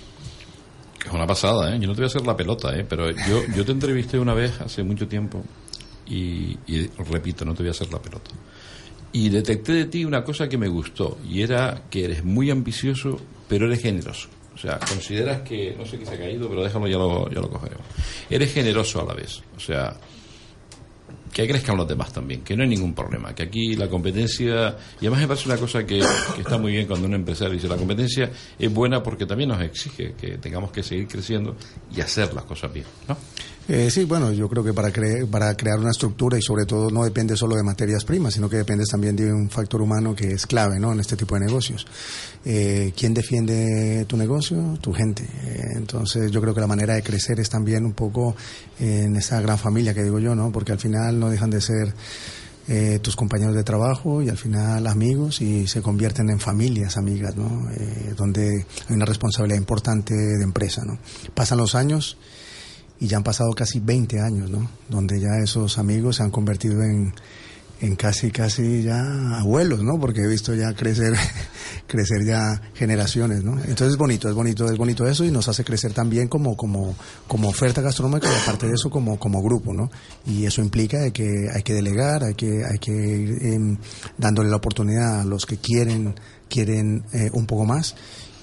Es una pasada, ¿eh? Yo no te voy a hacer la pelota, ¿eh? Pero yo, yo te entrevisté una vez hace mucho tiempo y, y repito, no te voy a hacer la pelota. Y detecté de ti una cosa que me gustó y era que eres muy ambicioso, pero eres generoso. O sea, consideras que, no sé qué se ha caído, pero déjalo, ya lo, ya lo cogeremos. Eres generoso a la vez, o sea, que crezcan los demás también, que no hay ningún problema, que aquí la competencia, y además me parece una cosa que, que está muy bien cuando un empresario dice, la competencia es buena porque también nos exige que tengamos que seguir creciendo y hacer las cosas bien, ¿no? Eh, sí, bueno, yo creo que para, cre- para crear una estructura y sobre todo no depende solo de materias primas, sino que depende también de un factor humano que es clave, ¿no? En este tipo de negocios. Eh, ¿Quién defiende tu negocio? Tu gente. Eh, entonces yo creo que la manera de crecer es también un poco eh, en esa gran familia que digo yo, ¿no? Porque al final no dejan de ser eh, tus compañeros de trabajo y al final amigos y se convierten en familias amigas, ¿no? Eh, donde hay una responsabilidad importante de empresa, ¿no? Pasan los años y ya han pasado casi veinte años, ¿no? Donde ya esos amigos se han convertido en, en casi, casi ya abuelos, ¿no? Porque he visto ya crecer, crecer ya generaciones, ¿no? Entonces es bonito, es bonito, es bonito eso y nos hace crecer también como, como, como oferta gastronómica y aparte de eso como, como grupo, ¿no? Y eso implica de que hay que delegar, hay que, hay que ir eh, dándole la oportunidad a los que quieren, quieren eh, un poco más.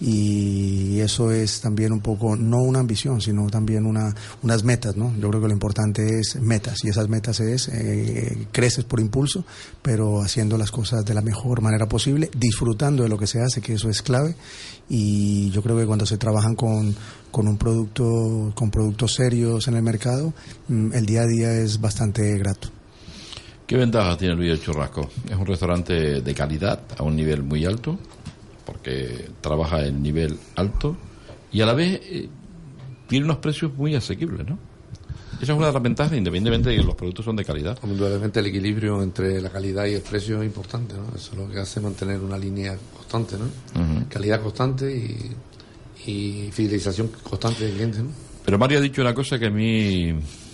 Y eso es también un poco, no una ambición, sino también una, unas metas, ¿no? Yo creo que lo importante es metas, y esas metas es, eh, creces por impulso, pero haciendo las cosas de la mejor manera posible, disfrutando de lo que se hace, que eso es clave, y yo creo que cuando se trabajan con, con un producto, con productos serios en el mercado, el día a día es bastante grato. ¿Qué ventajas tiene el Villa del Churrasco? Es un restaurante de calidad, a un nivel muy alto, porque trabaja en nivel alto y a la vez eh, tiene unos precios muy asequibles, ¿no? Esa es una de las ventajas, independientemente de que los productos son de calidad. Indudablemente el equilibrio entre la calidad y el precio es importante, ¿no? Eso es lo que hace mantener una línea constante, ¿no? Uh-huh. Calidad constante y, y fidelización constante del cliente, ¿no? Pero Mario ha dicho una cosa que a mí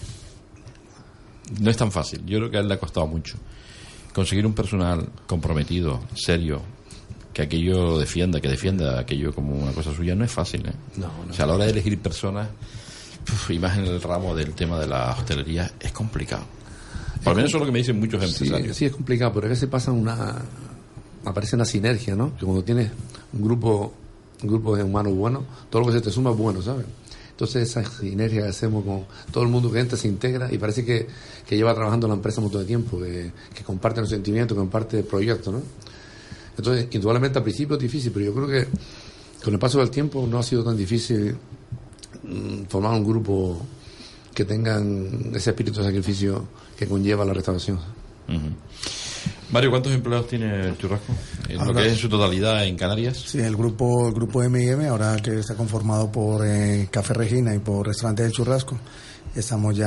no es tan fácil. Yo creo que a él le ha costado mucho. Conseguir un personal comprometido, serio, que aquello lo defienda, que defienda aquello como una cosa suya, no es fácil, ¿eh? No, no. O sea, a la hora de elegir personas, uf, y más en el ramo del tema de la hostelería, es complicado. Por lo menos eso es lo que me dicen muchos empresarios. Sí, sí es complicado, pero a veces pasa una... aparece una sinergia, ¿no? Que cuando tienes un grupo un grupo de humanos buenos, todo lo que se te suma es bueno, ¿sabes? Entonces esa sinergia que hacemos con todo el mundo que entra, se integra y parece que, que lleva trabajando en la empresa un montón de tiempo, que, que comparte los sentimientos, que comparte el proyecto, ¿no? Entonces, indudablemente al principio es difícil, pero yo creo que con el paso del tiempo no ha sido tan difícil mmm, formar un grupo que tengan ese espíritu de sacrificio que conlleva la restauración. Uh-huh. Mario, ¿cuántos empleados tiene el Churrasco? ¿En ahora, lo que es en su totalidad en Canarias? Sí, el grupo el grupo M y M, ahora que está conformado por eh, Café Regina y por Restaurante del Churrasco, estamos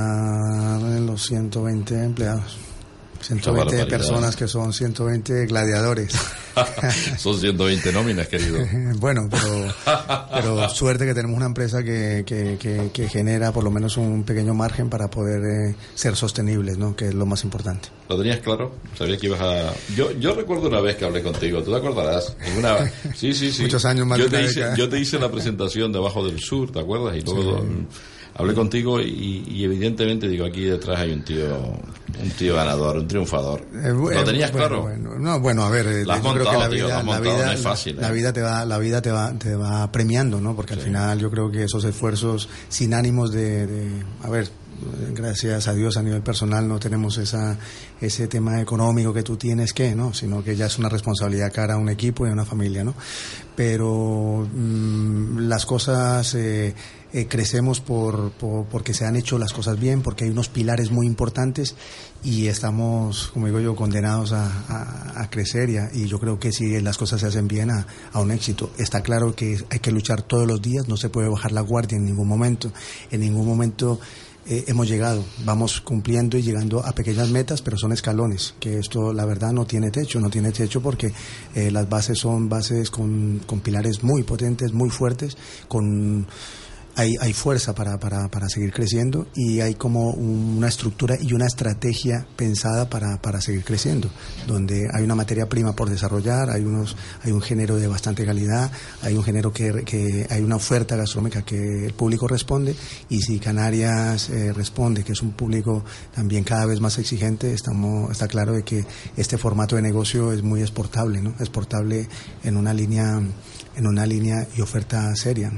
ya en los ciento veinte empleados. ciento veinte personas que son ciento veinte gladiadores. Son ciento veinte nóminas, querido. Bueno, pero, pero suerte que tenemos una empresa que, que, que, que genera por lo menos un pequeño margen para poder eh, ser sostenibles, ¿no? Que es lo más importante. ¿Lo tenías claro? ¿Sabías que ibas a...? Yo, yo recuerdo una vez que hablé contigo, ¿tú te acordarás? Una... Sí, sí, sí. Muchos años más yo de te hice, Yo te hice la presentación de Abajo del Sur, ¿te acuerdas? Y luego... Sí. Hablé contigo y, y evidentemente digo, aquí detrás hay un tío un tío ganador, un triunfador. Eh, bueno, ¿Lo tenías bueno, claro? Bueno, no, bueno, a ver, eh, la has yo montado, creo que la tío, vida, la, la vida, no es fácil, la, ¿eh? la vida te va, la vida te va, te va premiando, ¿no? Porque al sí. final yo creo que esos esfuerzos sin ánimos de, de a ver, gracias a Dios a nivel personal no tenemos esa ese tema económico que tú tienes que, ¿no? Sino que ya es una responsabilidad cara a un equipo y a una familia, ¿no? Pero mmm, las cosas eh, eh, crecemos por, por porque se han hecho las cosas bien, porque hay unos pilares muy importantes y estamos, como digo yo, condenados a, a, a crecer y, a, y yo creo que si las cosas se hacen bien a, a un éxito. Está claro que hay que luchar todos los días, no se puede bajar la guardia en ningún momento, en ningún momento Eh, hemos llegado, vamos cumpliendo y llegando a pequeñas metas, pero son escalones, que esto la verdad no tiene techo, no tiene techo porque eh, las bases son bases con, con pilares muy potentes, muy fuertes, con hay, hay fuerza para, para, para seguir creciendo y hay como una estructura y una estrategia pensada para, para seguir creciendo, donde hay una materia prima por desarrollar, hay unos hay un género de bastante calidad, hay un género que, que hay una oferta gastronómica que el público responde y si Canarias eh, responde, que es un público también cada vez más exigente, estamos está claro de que este formato de negocio es muy exportable, ¿no? Exportable en una línea en una línea y oferta seria.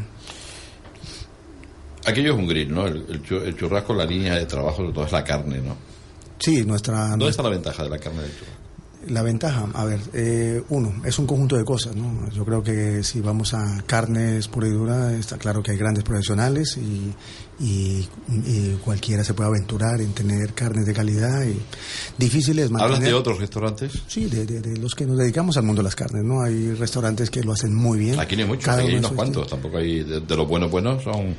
Aquello es un grill, ¿no? El, el churrasco, la línea de trabajo, sobre todo es la carne, ¿no? Sí, nuestra... ¿Dónde está la ventaja de la carne del churrasco? La ventaja, a ver, eh, uno, es un conjunto de cosas, ¿no? Yo creo que si vamos a carnes pura y dura, está claro que hay grandes profesionales y, y, y cualquiera se puede aventurar en tener carnes de calidad y difíciles mantener. ¿Hablas de otros restaurantes? Sí, de, de, de los que nos dedicamos al mundo de las carnes, ¿no? Hay restaurantes que lo hacen muy bien. Aquí no hay muchos, aquí hay unos cuantos, tampoco hay, de, de los buenos buenos son...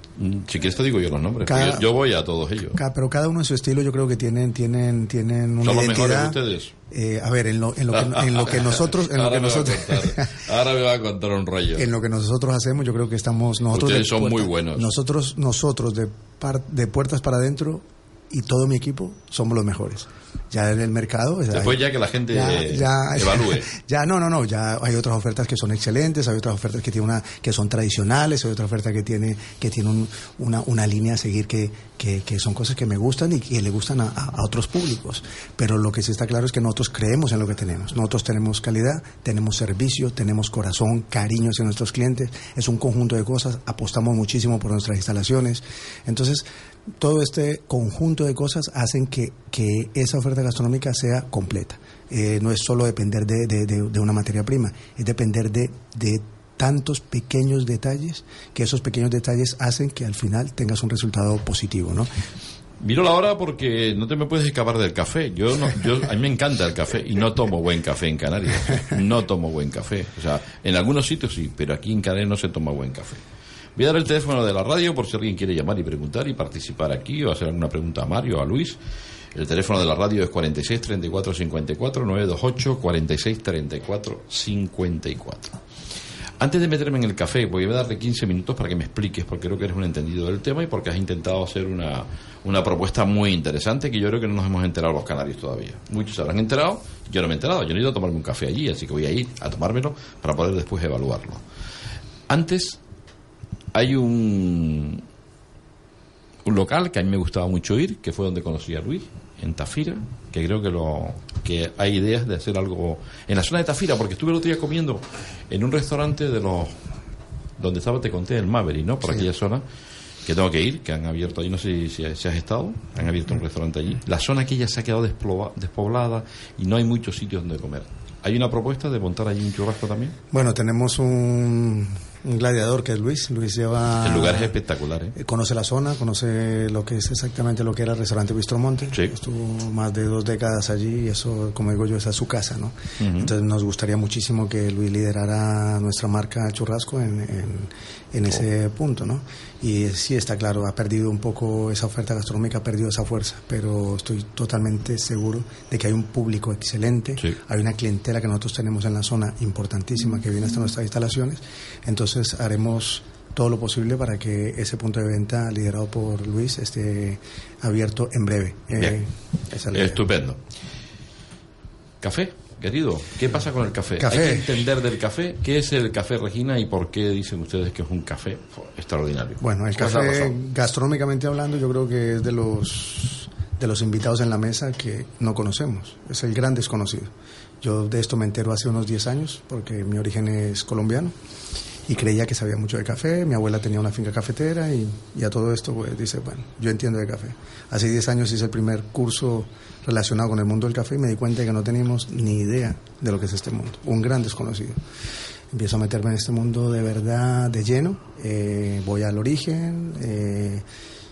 Si quieres te digo yo los nombres. Cada, yo, yo voy a todos ellos. Cada, pero cada uno en su estilo yo creo que tienen tienen tienen una ¿Son los identidad. Mejores ustedes? Eh, a ver, en lo, en lo que en lo que nosotros en lo que nosotros ahora me va a contar un rollo. En lo que nosotros hacemos yo creo que estamos nosotros ustedes son puerta, muy buenos. Nosotros nosotros de par, de puertas para adentro y todo mi equipo somos los mejores. Ya en el mercado después hay, ya que la gente ya, ya, evalúe ya no no no ya hay otras ofertas que son excelentes, hay otras ofertas que tiene una que son tradicionales, hay otra oferta que tiene que tiene un, una una línea a seguir que, que que son cosas que me gustan y que le gustan a, a otros públicos, pero lo que sí está claro es que nosotros creemos en lo que tenemos, nosotros tenemos calidad, tenemos servicio, tenemos corazón, cariño hacia nuestros clientes, es un conjunto de cosas, apostamos muchísimo por nuestras instalaciones, entonces todo este conjunto de cosas hacen que, que esa oferta gastronómica sea completa. Eh, no es solo depender de, de, de, de una materia prima, es depender de, de tantos pequeños detalles, que esos pequeños detalles hacen que al final tengas un resultado positivo, ¿no? Miro la hora porque no te me puedes escapar del café. Yo, no, yo a mí me encanta el café y no tomo buen café en Canarias. No tomo buen café. O sea, en algunos sitios sí, pero aquí en Canarias no se toma buen café. Voy a dar el teléfono de la radio por si alguien quiere llamar y preguntar y participar aquí o hacer alguna pregunta a Mario o a Luis. El teléfono de la radio es cuarenta y seis, treinta y cuatro, cincuenta y cuatro, nueve dos ocho, cuarenta y seis, treinta y cuatro, cincuenta y cuatro. Antes de meterme en el café, voy a darle quince minutos para que me expliques, porque creo que eres un entendido del tema y porque has intentado hacer una, una propuesta muy interesante que yo creo que no nos hemos enterado los canarios todavía. Muchos se habrán enterado, yo no me he enterado, yo no he ido a tomarme un café allí, así que voy a ir a tomármelo para poder después evaluarlo. Antes... Hay un, un local que a mí me gustaba mucho ir, que fue donde conocí a Luis, en Tafira, que creo que lo, que hay ideas de hacer algo en la zona de Tafira, porque estuve el otro día comiendo en un restaurante de los donde estaba, te conté, el Maverick, ¿no? Por sí. Aquella zona, que tengo que ir, que han abierto allí, no sé si, si has estado, han abierto un restaurante allí. La zona aquella se ha quedado despoblada y no hay muchos sitios donde comer. ¿Hay una propuesta de montar allí un churrasco también? Bueno, tenemos un, un gladiador que es Luis. Luis lleva... El lugar es espectacular, ¿eh? Conoce la zona, conoce lo que es exactamente lo que era el restaurante Bistromonte. Sí. Estuvo más de dos décadas allí y eso, como digo yo, esa es su casa, ¿no? Uh-huh. Entonces nos gustaría muchísimo que Luis liderara nuestra marca churrasco en, en, en oh. ese punto, ¿no? Y sí, está claro, ha perdido un poco esa oferta gastronómica, ha perdido esa fuerza, pero estoy totalmente seguro de que hay un público excelente, sí. Hay una clientela que nosotros tenemos en la zona importantísima que viene hasta nuestras instalaciones, entonces haremos todo lo posible para que ese punto de venta liderado por Luis esté abierto en breve. Eh, esa es estupendo. ¿Café? Querido, ¿qué pasa con el café? café? Hay que entender del café. ¿Qué es el café, Regina, y por qué dicen ustedes que es un café extraordinario? Bueno, el café, gastronómicamente hablando, yo creo que es de los de los invitados en la mesa que no conocemos. Es el gran desconocido. Yo de esto me entero hace unos diez años, porque mi origen es colombiano, y creía que sabía mucho de café. Mi abuela tenía una finca cafetera y, y a todo esto pues dice, bueno, yo entiendo de café. Hace diez años hice el primer curso relacionado con el mundo del café y me di cuenta de que no teníamos ni idea de lo que es este mundo, un gran desconocido. Empiezo a meterme en este mundo de verdad, de lleno, eh, voy al origen eh,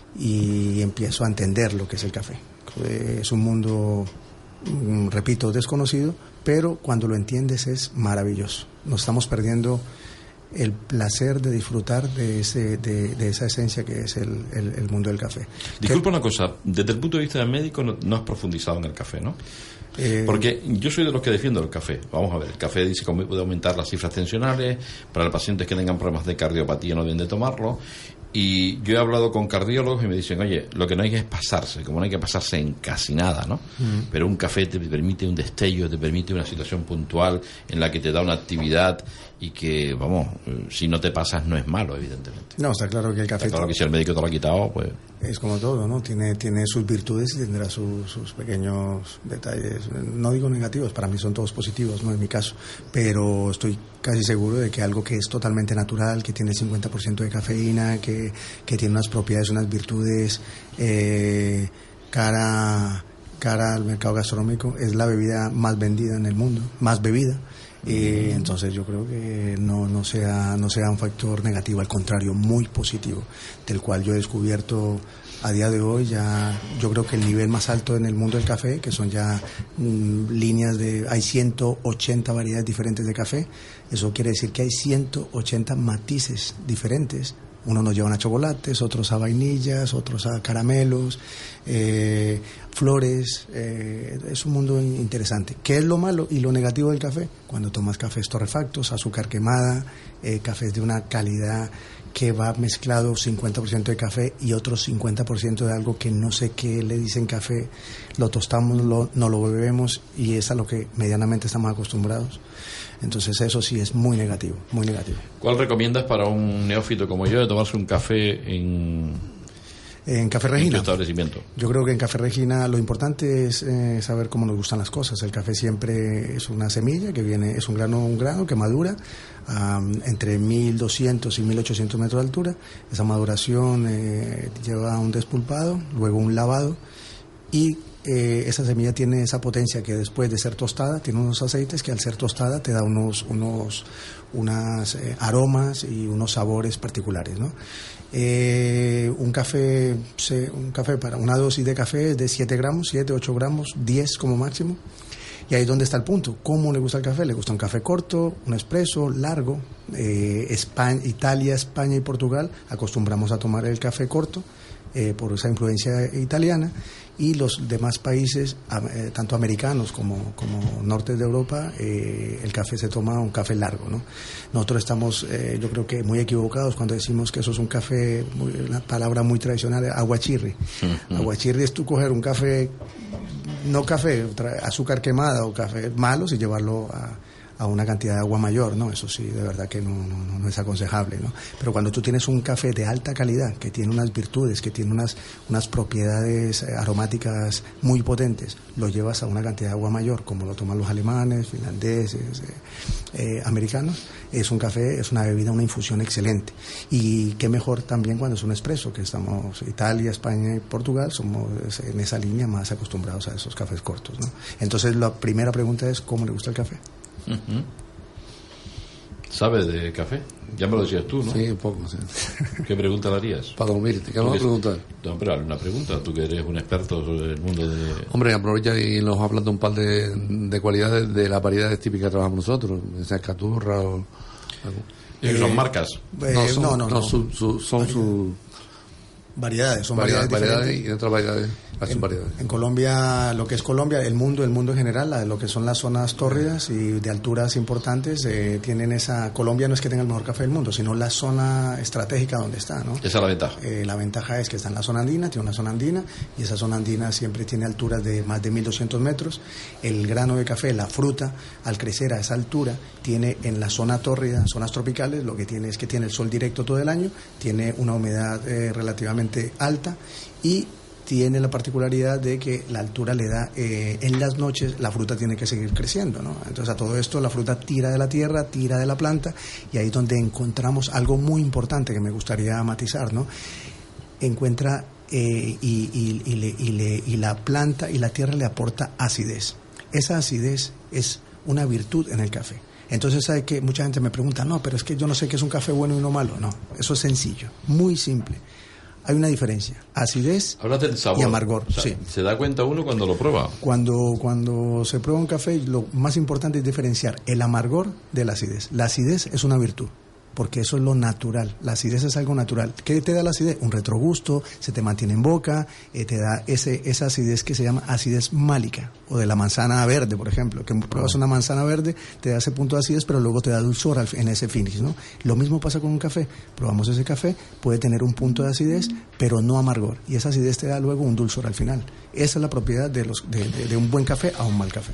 y empiezo a entender lo que es el café. Eh, es un mundo, repito, desconocido, pero cuando lo entiendes es maravilloso. Nos estamos perdiendo el placer de disfrutar de ese de, de esa esencia que es el, el, el mundo del café. Disculpa una cosa, desde el punto de vista del médico no, no has profundizado en el café, ¿no? Eh, Porque yo soy de los que defiendo el café. Vamos a ver, el café dice que puede aumentar las cifras tensionales, para los pacientes que tengan problemas de cardiopatía no deben de tomarlo. Y yo he hablado con cardiólogos y me dicen, oye, lo que no hay que es pasarse, como no hay que pasarse en casi nada, ¿no? Uh-huh. Pero un café te permite un destello, te permite una situación puntual en la que te da una actividad y que, vamos, si no te pasas no es malo, evidentemente. No, está claro que el café... Está claro que si el médico te lo ha quitado, pues... Es como todo, ¿no? Tiene, tiene sus virtudes y tendrá su, sus pequeños detalles. No digo negativos, para mí son todos positivos, no en mi caso. Pero estoy casi seguro de que algo que es totalmente natural, que tiene cincuenta por ciento de cafeína, que, que tiene unas propiedades, unas virtudes eh, cara, cara al mercado gastronómico, es la bebida más vendida en el mundo, más bebida. Eh, entonces yo creo que no, no sea no sea un factor negativo, al contrario, muy positivo, del cual yo he descubierto a día de hoy ya, yo creo que el nivel más alto en el mundo del café, que son ya mmm, líneas de, hay ciento ochenta variedades diferentes de café. Eso quiere decir que hay ciento ochenta matices diferentes. Unos nos llevan a chocolates, otros a vainillas, otros a caramelos, eh, flores. Eh, es un mundo interesante. ¿Qué es lo malo y lo negativo del café? Cuando tomas cafés torrefactos, azúcar quemada, eh, cafés de una calidad que va mezclado cincuenta por ciento de café y otro cincuenta por ciento de algo que no sé qué le dicen café, lo tostamos, lo, no lo bebemos y es a lo que medianamente estamos acostumbrados. Entonces eso sí es muy negativo, muy negativo. ¿Cuál recomiendas para un neófito como yo de tomarse un café en, en Café Regina? En tu establecimiento. Yo creo que en Café Regina lo importante es eh, saber cómo nos gustan las cosas. El café siempre es una semilla que viene, es un grano, un grano que madura um, entre mil doscientos y mil ochocientos metros de altura. Esa maduración eh, lleva un despulpado, luego un lavado y Eh, esa semilla tiene esa potencia que después de ser tostada tiene unos aceites que al ser tostada te da unos unos unas eh, aromas y unos sabores particulares, ¿no? Eh, un café se, un café para una dosis de café es de siete gramos, siete, ocho gramos, diez como máximo. Y ahí es donde está el punto. ¿Cómo le gusta el café? Le gusta un café corto, un espresso largo. eh, España, Italia, España y Portugal acostumbramos a tomar el café corto eh, por esa influencia italiana. Y los demás países, eh, tanto americanos como, como norte de Europa, eh, el café se toma un café largo, ¿no? Nosotros estamos, eh, yo creo que muy equivocados cuando decimos que eso es un café, muy, una palabra muy tradicional, aguachirri. Uh-huh. Aguachirri es tú coger un café, no café, azúcar quemada o café malos y llevarlo a, a una cantidad de agua mayor, ¿no? Eso sí, de verdad que no, no, no es aconsejable, ¿no? Pero cuando tú tienes un café de alta calidad, que tiene unas virtudes, que tiene unas, unas propiedades aromáticas muy potentes, lo llevas a una cantidad de agua mayor, como lo toman los alemanes, finlandeses, eh, eh, americanos, es un café, es una bebida, una infusión excelente. Y qué mejor también cuando es un espresso, que estamos, Italia, España y Portugal, somos en esa línea más acostumbrados a esos cafés cortos, ¿no? Entonces la primera pregunta es, ¿cómo le gusta el café? Uh-huh. ¿Sabes de café? Ya me lo decías tú, ¿no? Sí, un poco, sí. ¿Qué pregunta le harías? Para dormirte, ¿qué vas a preguntar? No, pero una pregunta, tú que eres un experto sobre el mundo de... Hombre, aprovecha y nos hablas de un par de, de cualidades de las variedades típicas que trabajamos nosotros, esa caturra o... ¿Y son marcas? Eh, no, son, no, no, no. Su, su, son sus... Variedades, son variedades, variedades, variedades y otras variedades, en, variedades. En Colombia, lo que es Colombia, el mundo, el mundo en general, la, lo que son las zonas tórridas y de alturas importantes, eh, tienen esa... Colombia no es que tenga el mejor café del mundo, sino la zona estratégica donde está, ¿no? Esa es la ventaja. Eh, la ventaja es que está en la zona andina, tiene una zona andina, y esa zona andina siempre tiene alturas de más de mil doscientos metros. El grano de café, la fruta, al crecer a esa altura, tiene en la zona tórrida, zonas tropicales, lo que tiene es que tiene el sol directo todo el año, tiene una humedad eh, relativamente alta, y tiene la particularidad de que la altura le da, eh, en las noches la fruta tiene que seguir creciendo, ¿no? Entonces a todo esto la fruta tira de la tierra, tira de la planta, y ahí es donde encontramos algo muy importante que me gustaría matizar, ¿no? Encuentra eh, y, y, y, le, y, le, y la planta y la tierra le aporta acidez. Esa acidez es una virtud en el café. Entonces, ¿sabe qué? Mucha gente me pregunta, no, pero es que yo no sé qué es un café bueno y uno malo. No, eso es sencillo, muy simple. Hay una diferencia, acidez del sabor, y amargor. O sea, sí. Se da cuenta uno cuando lo prueba. Cuando, cuando se prueba un café, lo más importante es diferenciar el amargor de la acidez. La acidez es una virtud, porque eso es lo natural. La acidez es algo natural. ¿Qué te da la acidez? Un retrogusto, se te mantiene en boca, eh, te da ese, esa acidez que se llama acidez málica, o de la manzana verde, por ejemplo, que pruebas una manzana verde, te da ese punto de acidez, pero luego te da dulzor al, en ese finish, ¿no? Lo mismo pasa con un café. Probamos ese café, puede tener un punto de acidez, pero no amargor, y esa acidez te da luego un dulzor al final. Esa es la propiedad de, los, de, de, de un buen café a un mal café.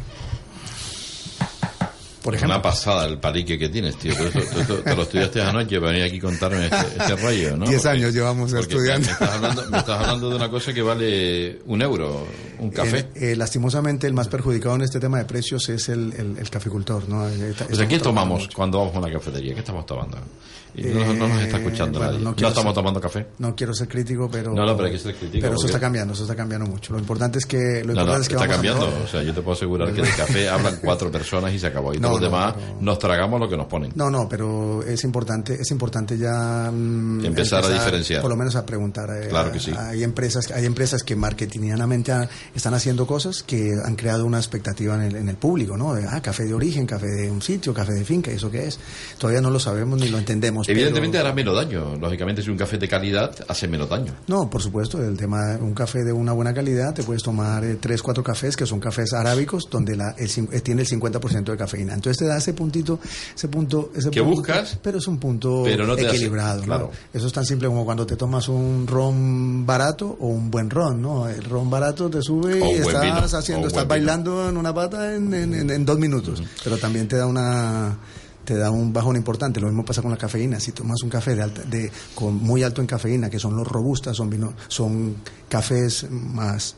Por ejemplo. Una pasada el palique que tienes, tío. Por eso, tú, tú, te lo estudiaste anoche para venir aquí a contarme este, este rollo, ¿no? Diez porque, años llevamos estudiando. Me estás, hablando, me estás hablando de una cosa que vale un euro, un café. Eh, eh, lastimosamente, el más perjudicado en este tema de precios es el, el, el caficultor, ¿no? Pues ¿qué tomamos mucho. cuando vamos a una cafetería? ¿Qué estamos tomando? Y no, eh, no nos está escuchando bueno, nadie. No, no estamos ser, tomando café. No quiero ser crítico, pero... No, no, pero hay que ser crítico. Pero eso está cambiando, eso está cambiando mucho. Lo importante es que... Lo no, importante no, es que está vamos cambiando. A o sea, yo te puedo asegurar que de café hablan cuatro personas y se acabó. Y no, todos los no, demás pero... nos tragamos lo que nos ponen. No, no, pero es importante es importante ya... Mmm, empezar, empezar a diferenciar. Por lo menos a preguntar. Eh, claro que sí. Hay empresas, hay empresas que marketingianamente están haciendo cosas que han creado una expectativa en el, en el público, ¿no? De, ah, café de origen, café de un sitio, café de finca, ¿eso qué es? Todavía no lo sabemos ni lo entendemos. Evidentemente pero... hará menos daño, lógicamente. Si un café de calidad hace menos daño. No, por supuesto, el tema un café de una buena calidad, te puedes tomar eh, tres, cuatro cafés que son cafés arábicos donde la, el, eh, tiene el cincuenta por ciento de cafeína. Entonces te da ese puntito, ese punto, ese ¿Qué punto, buscas? Pero es un punto pero no te equilibrado, hace, ¿no? Claro. Eso es tan simple como cuando te tomas un ron barato o un buen ron, ¿no? El ron barato te sube o y estás vino, haciendo, estás bailando vino. en una pata en, en, en, en dos minutos, uh-huh. Pero también te da una te da un bajón importante. Lo mismo pasa con la cafeína. Si tomas un café de alta, de con muy alto en cafeína, que son los robustas, son vino, son cafés más,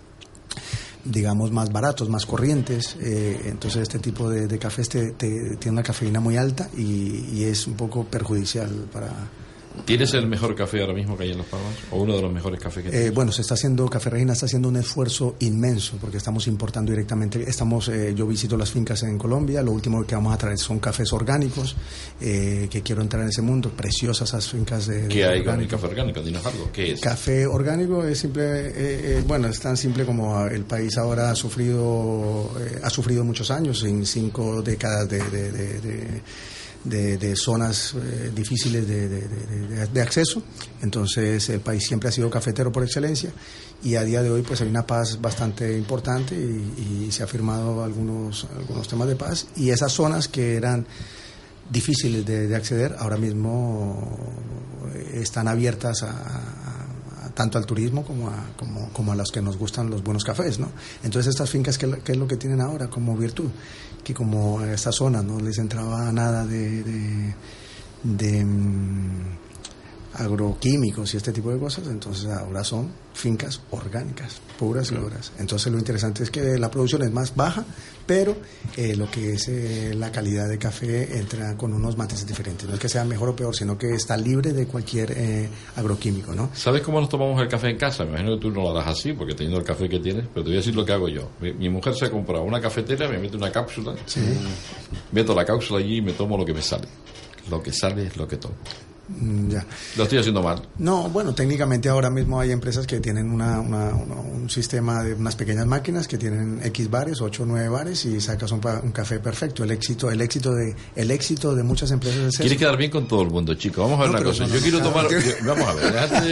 digamos, más baratos, más corrientes, eh, entonces este tipo de, de cafés te, te, tiene una cafeína muy alta y, y es un poco perjudicial para... ¿Tienes el mejor café ahora mismo que hay en Las Palmas? ¿O uno de los mejores cafés que tienes? Eh, bueno, se está haciendo, Café Regina está haciendo un esfuerzo inmenso porque estamos importando directamente. Estamos, eh, yo visito las fincas en Colombia, lo último que vamos a traer son cafés orgánicos, eh, que quiero entrar en ese mundo, preciosas esas fincas de... ¿Qué de hay con el café orgánico? Dinos algo, ¿qué es? Café orgánico es simple, eh, eh, bueno, es tan simple como el país ahora ha sufrido, eh, ha sufrido muchos años, en cinco décadas de... de, de, de De, de zonas eh, difíciles de, de, de, de acceso. Entonces el país siempre ha sido cafetero por excelencia y a día de hoy pues hay una paz bastante importante y, y se ha firmado algunos, algunos temas de paz, y esas zonas que eran difíciles de, de acceder ahora mismo están abiertas a, a tanto al turismo como a, como, como a los que nos gustan los buenos cafés, ¿no? Entonces estas fincas, ¿qué, qué es lo que tienen ahora como virtud? Que como a esta zona no les entraba nada de, de, de um, agroquímicos y este tipo de cosas, entonces ahora son fincas orgánicas, puras y duras. Entonces lo interesante es que la producción es más baja, pero eh, lo que es eh, la calidad de café entra con unos matices diferentes. No es que sea mejor o peor, sino que está libre de cualquier eh, agroquímico, ¿no? ¿Sabes cómo nos tomamos el café en casa? Me imagino que tú no lo harás así, porque teniendo el café que tienes, pero te voy a decir lo que hago yo. Mi, mi mujer se ha comprado una cafetera, me mete una cápsula, sí. meto la cápsula allí y me tomo lo que me sale. Lo que sale es lo que tomo. Ya. Lo estoy haciendo mal. No, bueno, técnicamente ahora mismo hay empresas que tienen una, una, una, un sistema de unas pequeñas máquinas que tienen X bares, ocho o nueve bares y sacas un, un café perfecto. El éxito, el éxito de, el éxito de muchas empresas es eso. Quiere quedar bien con todo el mundo, chicos. Vamos a ver no, una cosa. No, no, yo quiero no, tomar. No, yo, vamos a ver.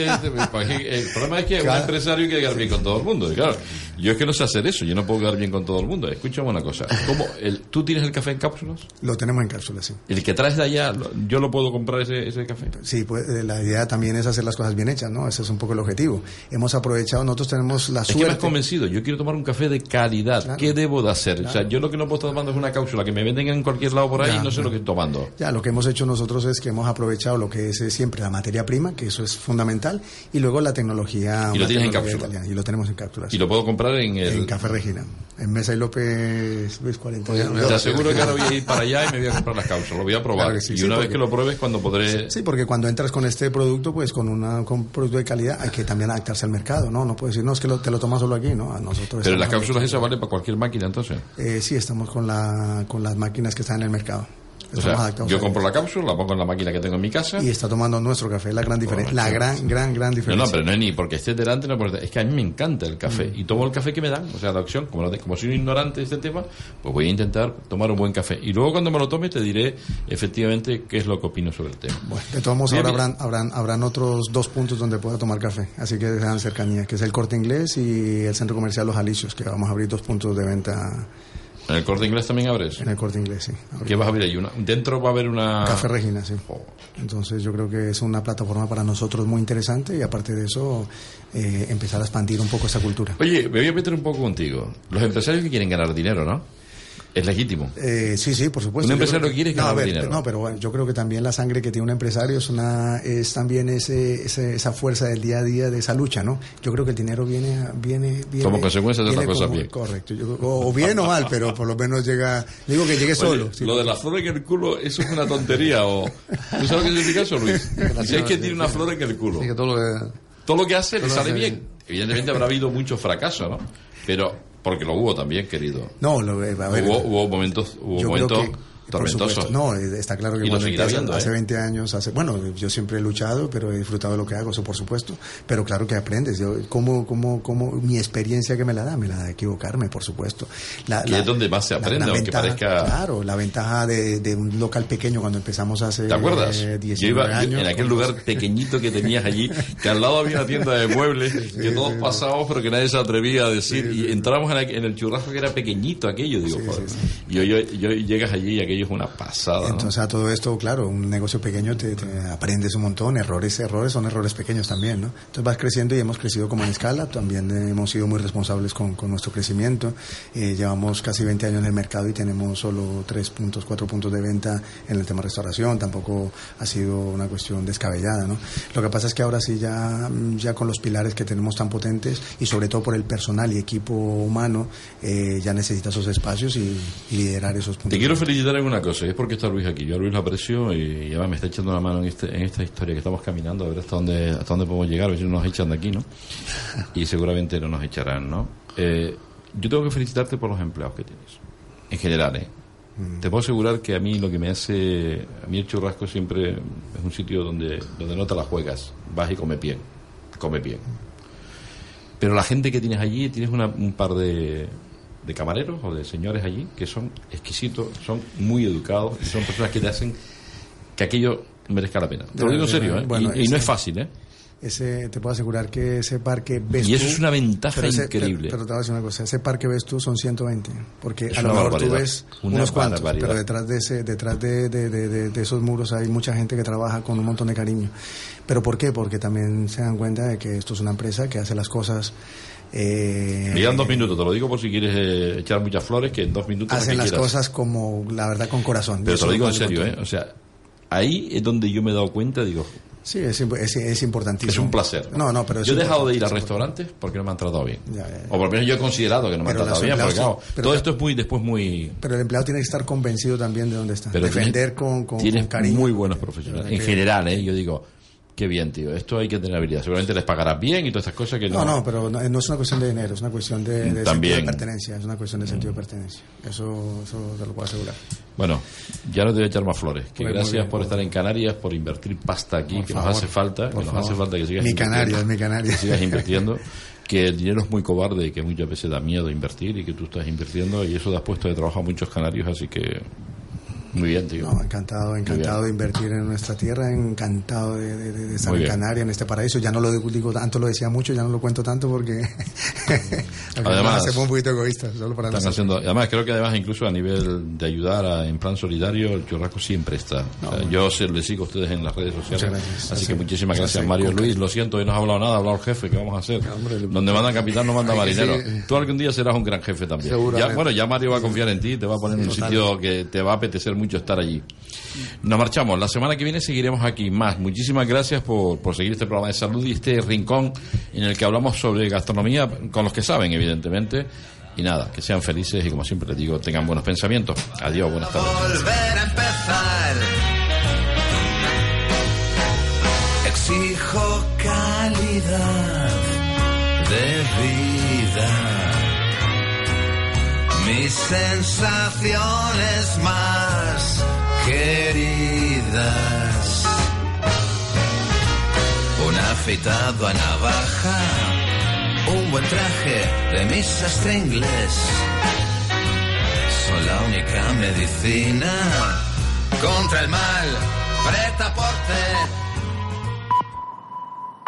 Déjate, el problema es que claro. un empresario quiere quedar bien con todo el mundo. Y claro, yo es que no sé hacer eso. Yo no puedo quedar bien con todo el mundo. Escúchame una cosa. ¿Cómo, el, ¿Tú tienes el café en cápsulas? Lo tenemos en cápsulas, sí. El que traes de allá, ¿yo lo puedo comprar ese, ese café? Sí, pues la idea también es hacer las cosas bien hechas, ¿no? Ese es un poco el objetivo. Hemos aprovechado, nosotros tenemos la es suerte... Es que me has convencido, yo quiero tomar un café de calidad. Claro. ¿Qué debo de hacer? Claro. O sea, yo lo que no puedo estar tomando es una cápsula que me venden en cualquier lado por ahí ya, y no sé ya. lo que estoy tomando. Ya, lo que hemos hecho nosotros es que hemos aprovechado lo que es siempre la materia prima, que eso es fundamental, y luego la tecnología... Y lo tienes en cápsula. Italiana, y lo tenemos en cápsulas. Y lo puedo comprar en el... En Café Regina, en Mesa y López, Luis cuarenta y uno. Te aseguro que ahora voy a ir para allá y me voy a comprar las cápsulas, lo voy a probar. Claro sí, y sí, una porque, vez que lo pruebes, cuando podré... Sí, porque cuando entras con este producto, pues con, una, con un producto de calidad hay que también adaptarse al mercado, ¿no? No puedes decir, no, es que lo, te lo tomas solo aquí, ¿no? A nosotros Pero las cápsulas esas valen para cualquier máquina, entonces. Eh, sí, estamos con, la, con las máquinas que están en el mercado. O sea, yo compro la cápsula, la pongo en la máquina que tengo en mi casa. Y está tomando nuestro café, la gran diferencia. Oh, la gran, gran, gran diferencia. No, no, pero no es ni porque esté delante, no, porque es que a mí me encanta el café. Mm. Y tomo el café que me dan, o sea, la opción, como, lo, como soy un ignorante de este tema, pues voy a intentar tomar un buen café. Y luego cuando me lo tome te diré efectivamente qué es lo que opino sobre el tema. Bueno, de todos modos ahora habrán, habrán, habrán otros dos puntos donde pueda tomar café. Así que sean cercanía, que es el Corte Inglés y el Centro Comercial Los Alicios, que vamos a abrir dos puntos de venta. ¿En el Corte Inglés también abres? En el Corte Inglés, sí. Abrimos. ¿Qué vas a abrir ahí? Una, ¿Dentro va a haber una...? Café Regina, sí. Oh. Entonces yo creo que es una plataforma para nosotros muy interesante y aparte de eso, eh, empezar a expandir un poco esa cultura. Oye, me voy a meter un poco contigo. Los empresarios que quieren ganar dinero, ¿no? Es legítimo. Eh, sí, sí, por supuesto. Un empresario que quiere ganar no, ver, dinero. No, pero bueno, yo creo que también la sangre que tiene un empresario es una es también ese, ese esa fuerza del día a día de esa lucha, ¿no? Yo creo que el dinero viene viene, viene como consecuencia de otra cosa como, bien. Correcto. Yo, o, o bien o mal, pero por lo menos llega, digo que llegue Oye, solo. Sí, lo de la flor en el culo, eso es una tontería o ¿tú sabes lo que significa eso, Luis? Si es que tiene una flor en el culo. Sí, que todo lo que todo lo que hace le sale bien. bien. Evidentemente habrá habido mucho fracaso, ¿no? Pero porque lo hubo también, querido. No, lo, a ver, hubo, hubo momentos, hubo momentos tormentosos. No, está claro que cuando hace, viendo, hace ¿eh? veinte años, hace, bueno, yo siempre he luchado, pero he disfrutado de lo que hago, eso por supuesto. Pero claro que aprendes. Yo, ¿cómo, cómo, cómo, mi experiencia que me la da? Me la da de equivocarme, por supuesto. La, que la, es donde más se aprende, la, la aunque ventaja, parezca. Claro, la ventaja de, de un local pequeño cuando empezamos hace. ¿Te acuerdas? Eh, yo iba años, en aquel lugar pequeñito que tenías allí, que al lado había una tienda de muebles, sí, que todos sí, pasábamos, pero que nadie se atrevía a decir. Sí, y entramos en, la, en el churrasco que era pequeñito aquello, digo, sí, joder. Sí, sí. Y yo, yo, yo llegas allí y aquello es una pasada. Entonces, a todo esto, claro, un negocio pequeño te, te aprendes un montón, errores, errores son errores pequeños también, ¿no? Entonces vas creciendo y hemos crecido como en escala, también hemos sido muy responsables con, con nuestro crecimiento, eh, llevamos casi veinte años en el mercado y tenemos solo tres puntos, cuatro puntos de venta en el tema restauración, tampoco ha sido una cuestión descabellada, ¿no? Lo que pasa es que ahora sí ya, ya con los pilares que tenemos tan potentes y sobre todo por el personal y equipo humano, eh, ya necesitas esos espacios y, y liderar esos puntos. Te quiero felicitar en una cosa, es porque está Luis aquí. Yo a Luis lo aprecio y ya me está echando la mano en, este, en esta historia que estamos caminando, a ver hasta dónde, hasta dónde podemos llegar, a ver si no nos echan de aquí, ¿no? Y seguramente no nos echarán, ¿no? Eh, yo tengo que felicitarte por los empleados que tienes, en general, ¿eh? Mm. Te puedo asegurar que a mí lo que me hace, a mí el churrasco siempre es un sitio donde, donde no te la juegas, vas y come bien, come bien. Pero la gente que tienes allí, tienes una, un par de... de camareros o de señores allí que son exquisitos, son muy educados y son personas que te hacen que aquello merezca la pena. Te lo digo en serio, ¿eh? Bueno, y, y no es fácil, ¿eh? ese, te puedo asegurar que ese parque ves y eso tú, es una ventaja pero ese, increíble. Pero, pero te voy a decir una cosa, ese parque ves tú son ciento veinte, porque es a lo mejor tú barbaridad. ves una unos cuantos, barbaridad. pero detrás de ese, detrás de, de, de, de, de esos muros hay mucha gente que trabaja con un montón de cariño. ¿Pero por qué? Porque también se dan cuenta de que esto es una empresa que hace las cosas... Eh, Me quedan dos minutos, te lo digo por si quieres eh, echar muchas flores, que en dos minutos hacen las quieras. cosas como, la verdad, con corazón. Pero te lo digo en Eso serio, ¿eh? O sea, ahí es donde yo me he dado cuenta, digo... Sí, es, es, es importantísimo. Es un placer. No, no, pero yo he dejado de ir a restaurantes porque no me han tratado bien. Ya, ya, ya. O por lo menos yo he considerado que no me pero han tratado bien, porque claro, pero todo la, esto es muy, después muy... Pero el empleado tiene que estar convencido también de dónde está. Pero defender tienes, con, con, tienes con cariño. muy buenos profesionales. En que... general, ¿eh? Yo digo... Qué bien, tío. Esto hay que tener habilidad. Seguramente les pagarás bien y todas estas cosas que no... No, no, pero no, no es una cuestión de dinero, es una cuestión de, de También. sentido de pertenencia. Es una cuestión de sentido de pertenencia. Eso, eso te lo puedo asegurar. Bueno, ya no te voy a echar más flores. Que Muy gracias bien, por por estar en Canarias, por invertir pasta aquí, por que favor, nos hace falta. Que nos favor. hace falta que sigas mi invirtiendo. Canarias, mi Canarias. Que sigas invirtiendo. Que el dinero es muy cobarde y que muchas veces da miedo invertir y que tú estás invirtiendo y eso da puesto de trabajo a muchos canarios, así que... Muy bien, tío. No, encantado, encantado de invertir en nuestra tierra, encantado de, de, de estar Muy en bien. Canarias, en este paraíso. Ya no lo digo tanto, lo decía mucho, ya no lo cuento tanto porque además hacemos un poquito egoístas, solo para están nosotros. haciendo, además creo que además incluso a nivel de ayudar a, en plan solidario, el Churrasco siempre está. No, o sea, bueno. yo se, le sigo a ustedes en las redes sociales. Gracias. Así Sí, que muchísimas sí, gracias, sí, Mario con Luis. Lo siento, hoy no has hablado nada, ha hablado el jefe. ¿Qué vamos a hacer? Hombre, Donde manda capitán no manda Ay, marinero. sí. Tú algún día serás un gran jefe también. Seguramente. Ya, bueno, ya Mario va a confiar en ti, te va a poner en un Total. sitio que te va a apetecer mucho estar allí. Nos marchamos. La semana que viene seguiremos aquí más. Muchísimas gracias por, por seguir este programa de salud y este rincón en el que hablamos sobre gastronomía con los que saben, evidentemente. Y nada, que sean felices y como siempre les digo, tengan buenos pensamientos. Adiós, buenas tardes. Volver a empezar. Exijo calidad de vida. Mis sensaciones más queridas. Un afeitado a navaja, un buen traje de mi sastre inglés, son la única medicina contra el mal. Preta porte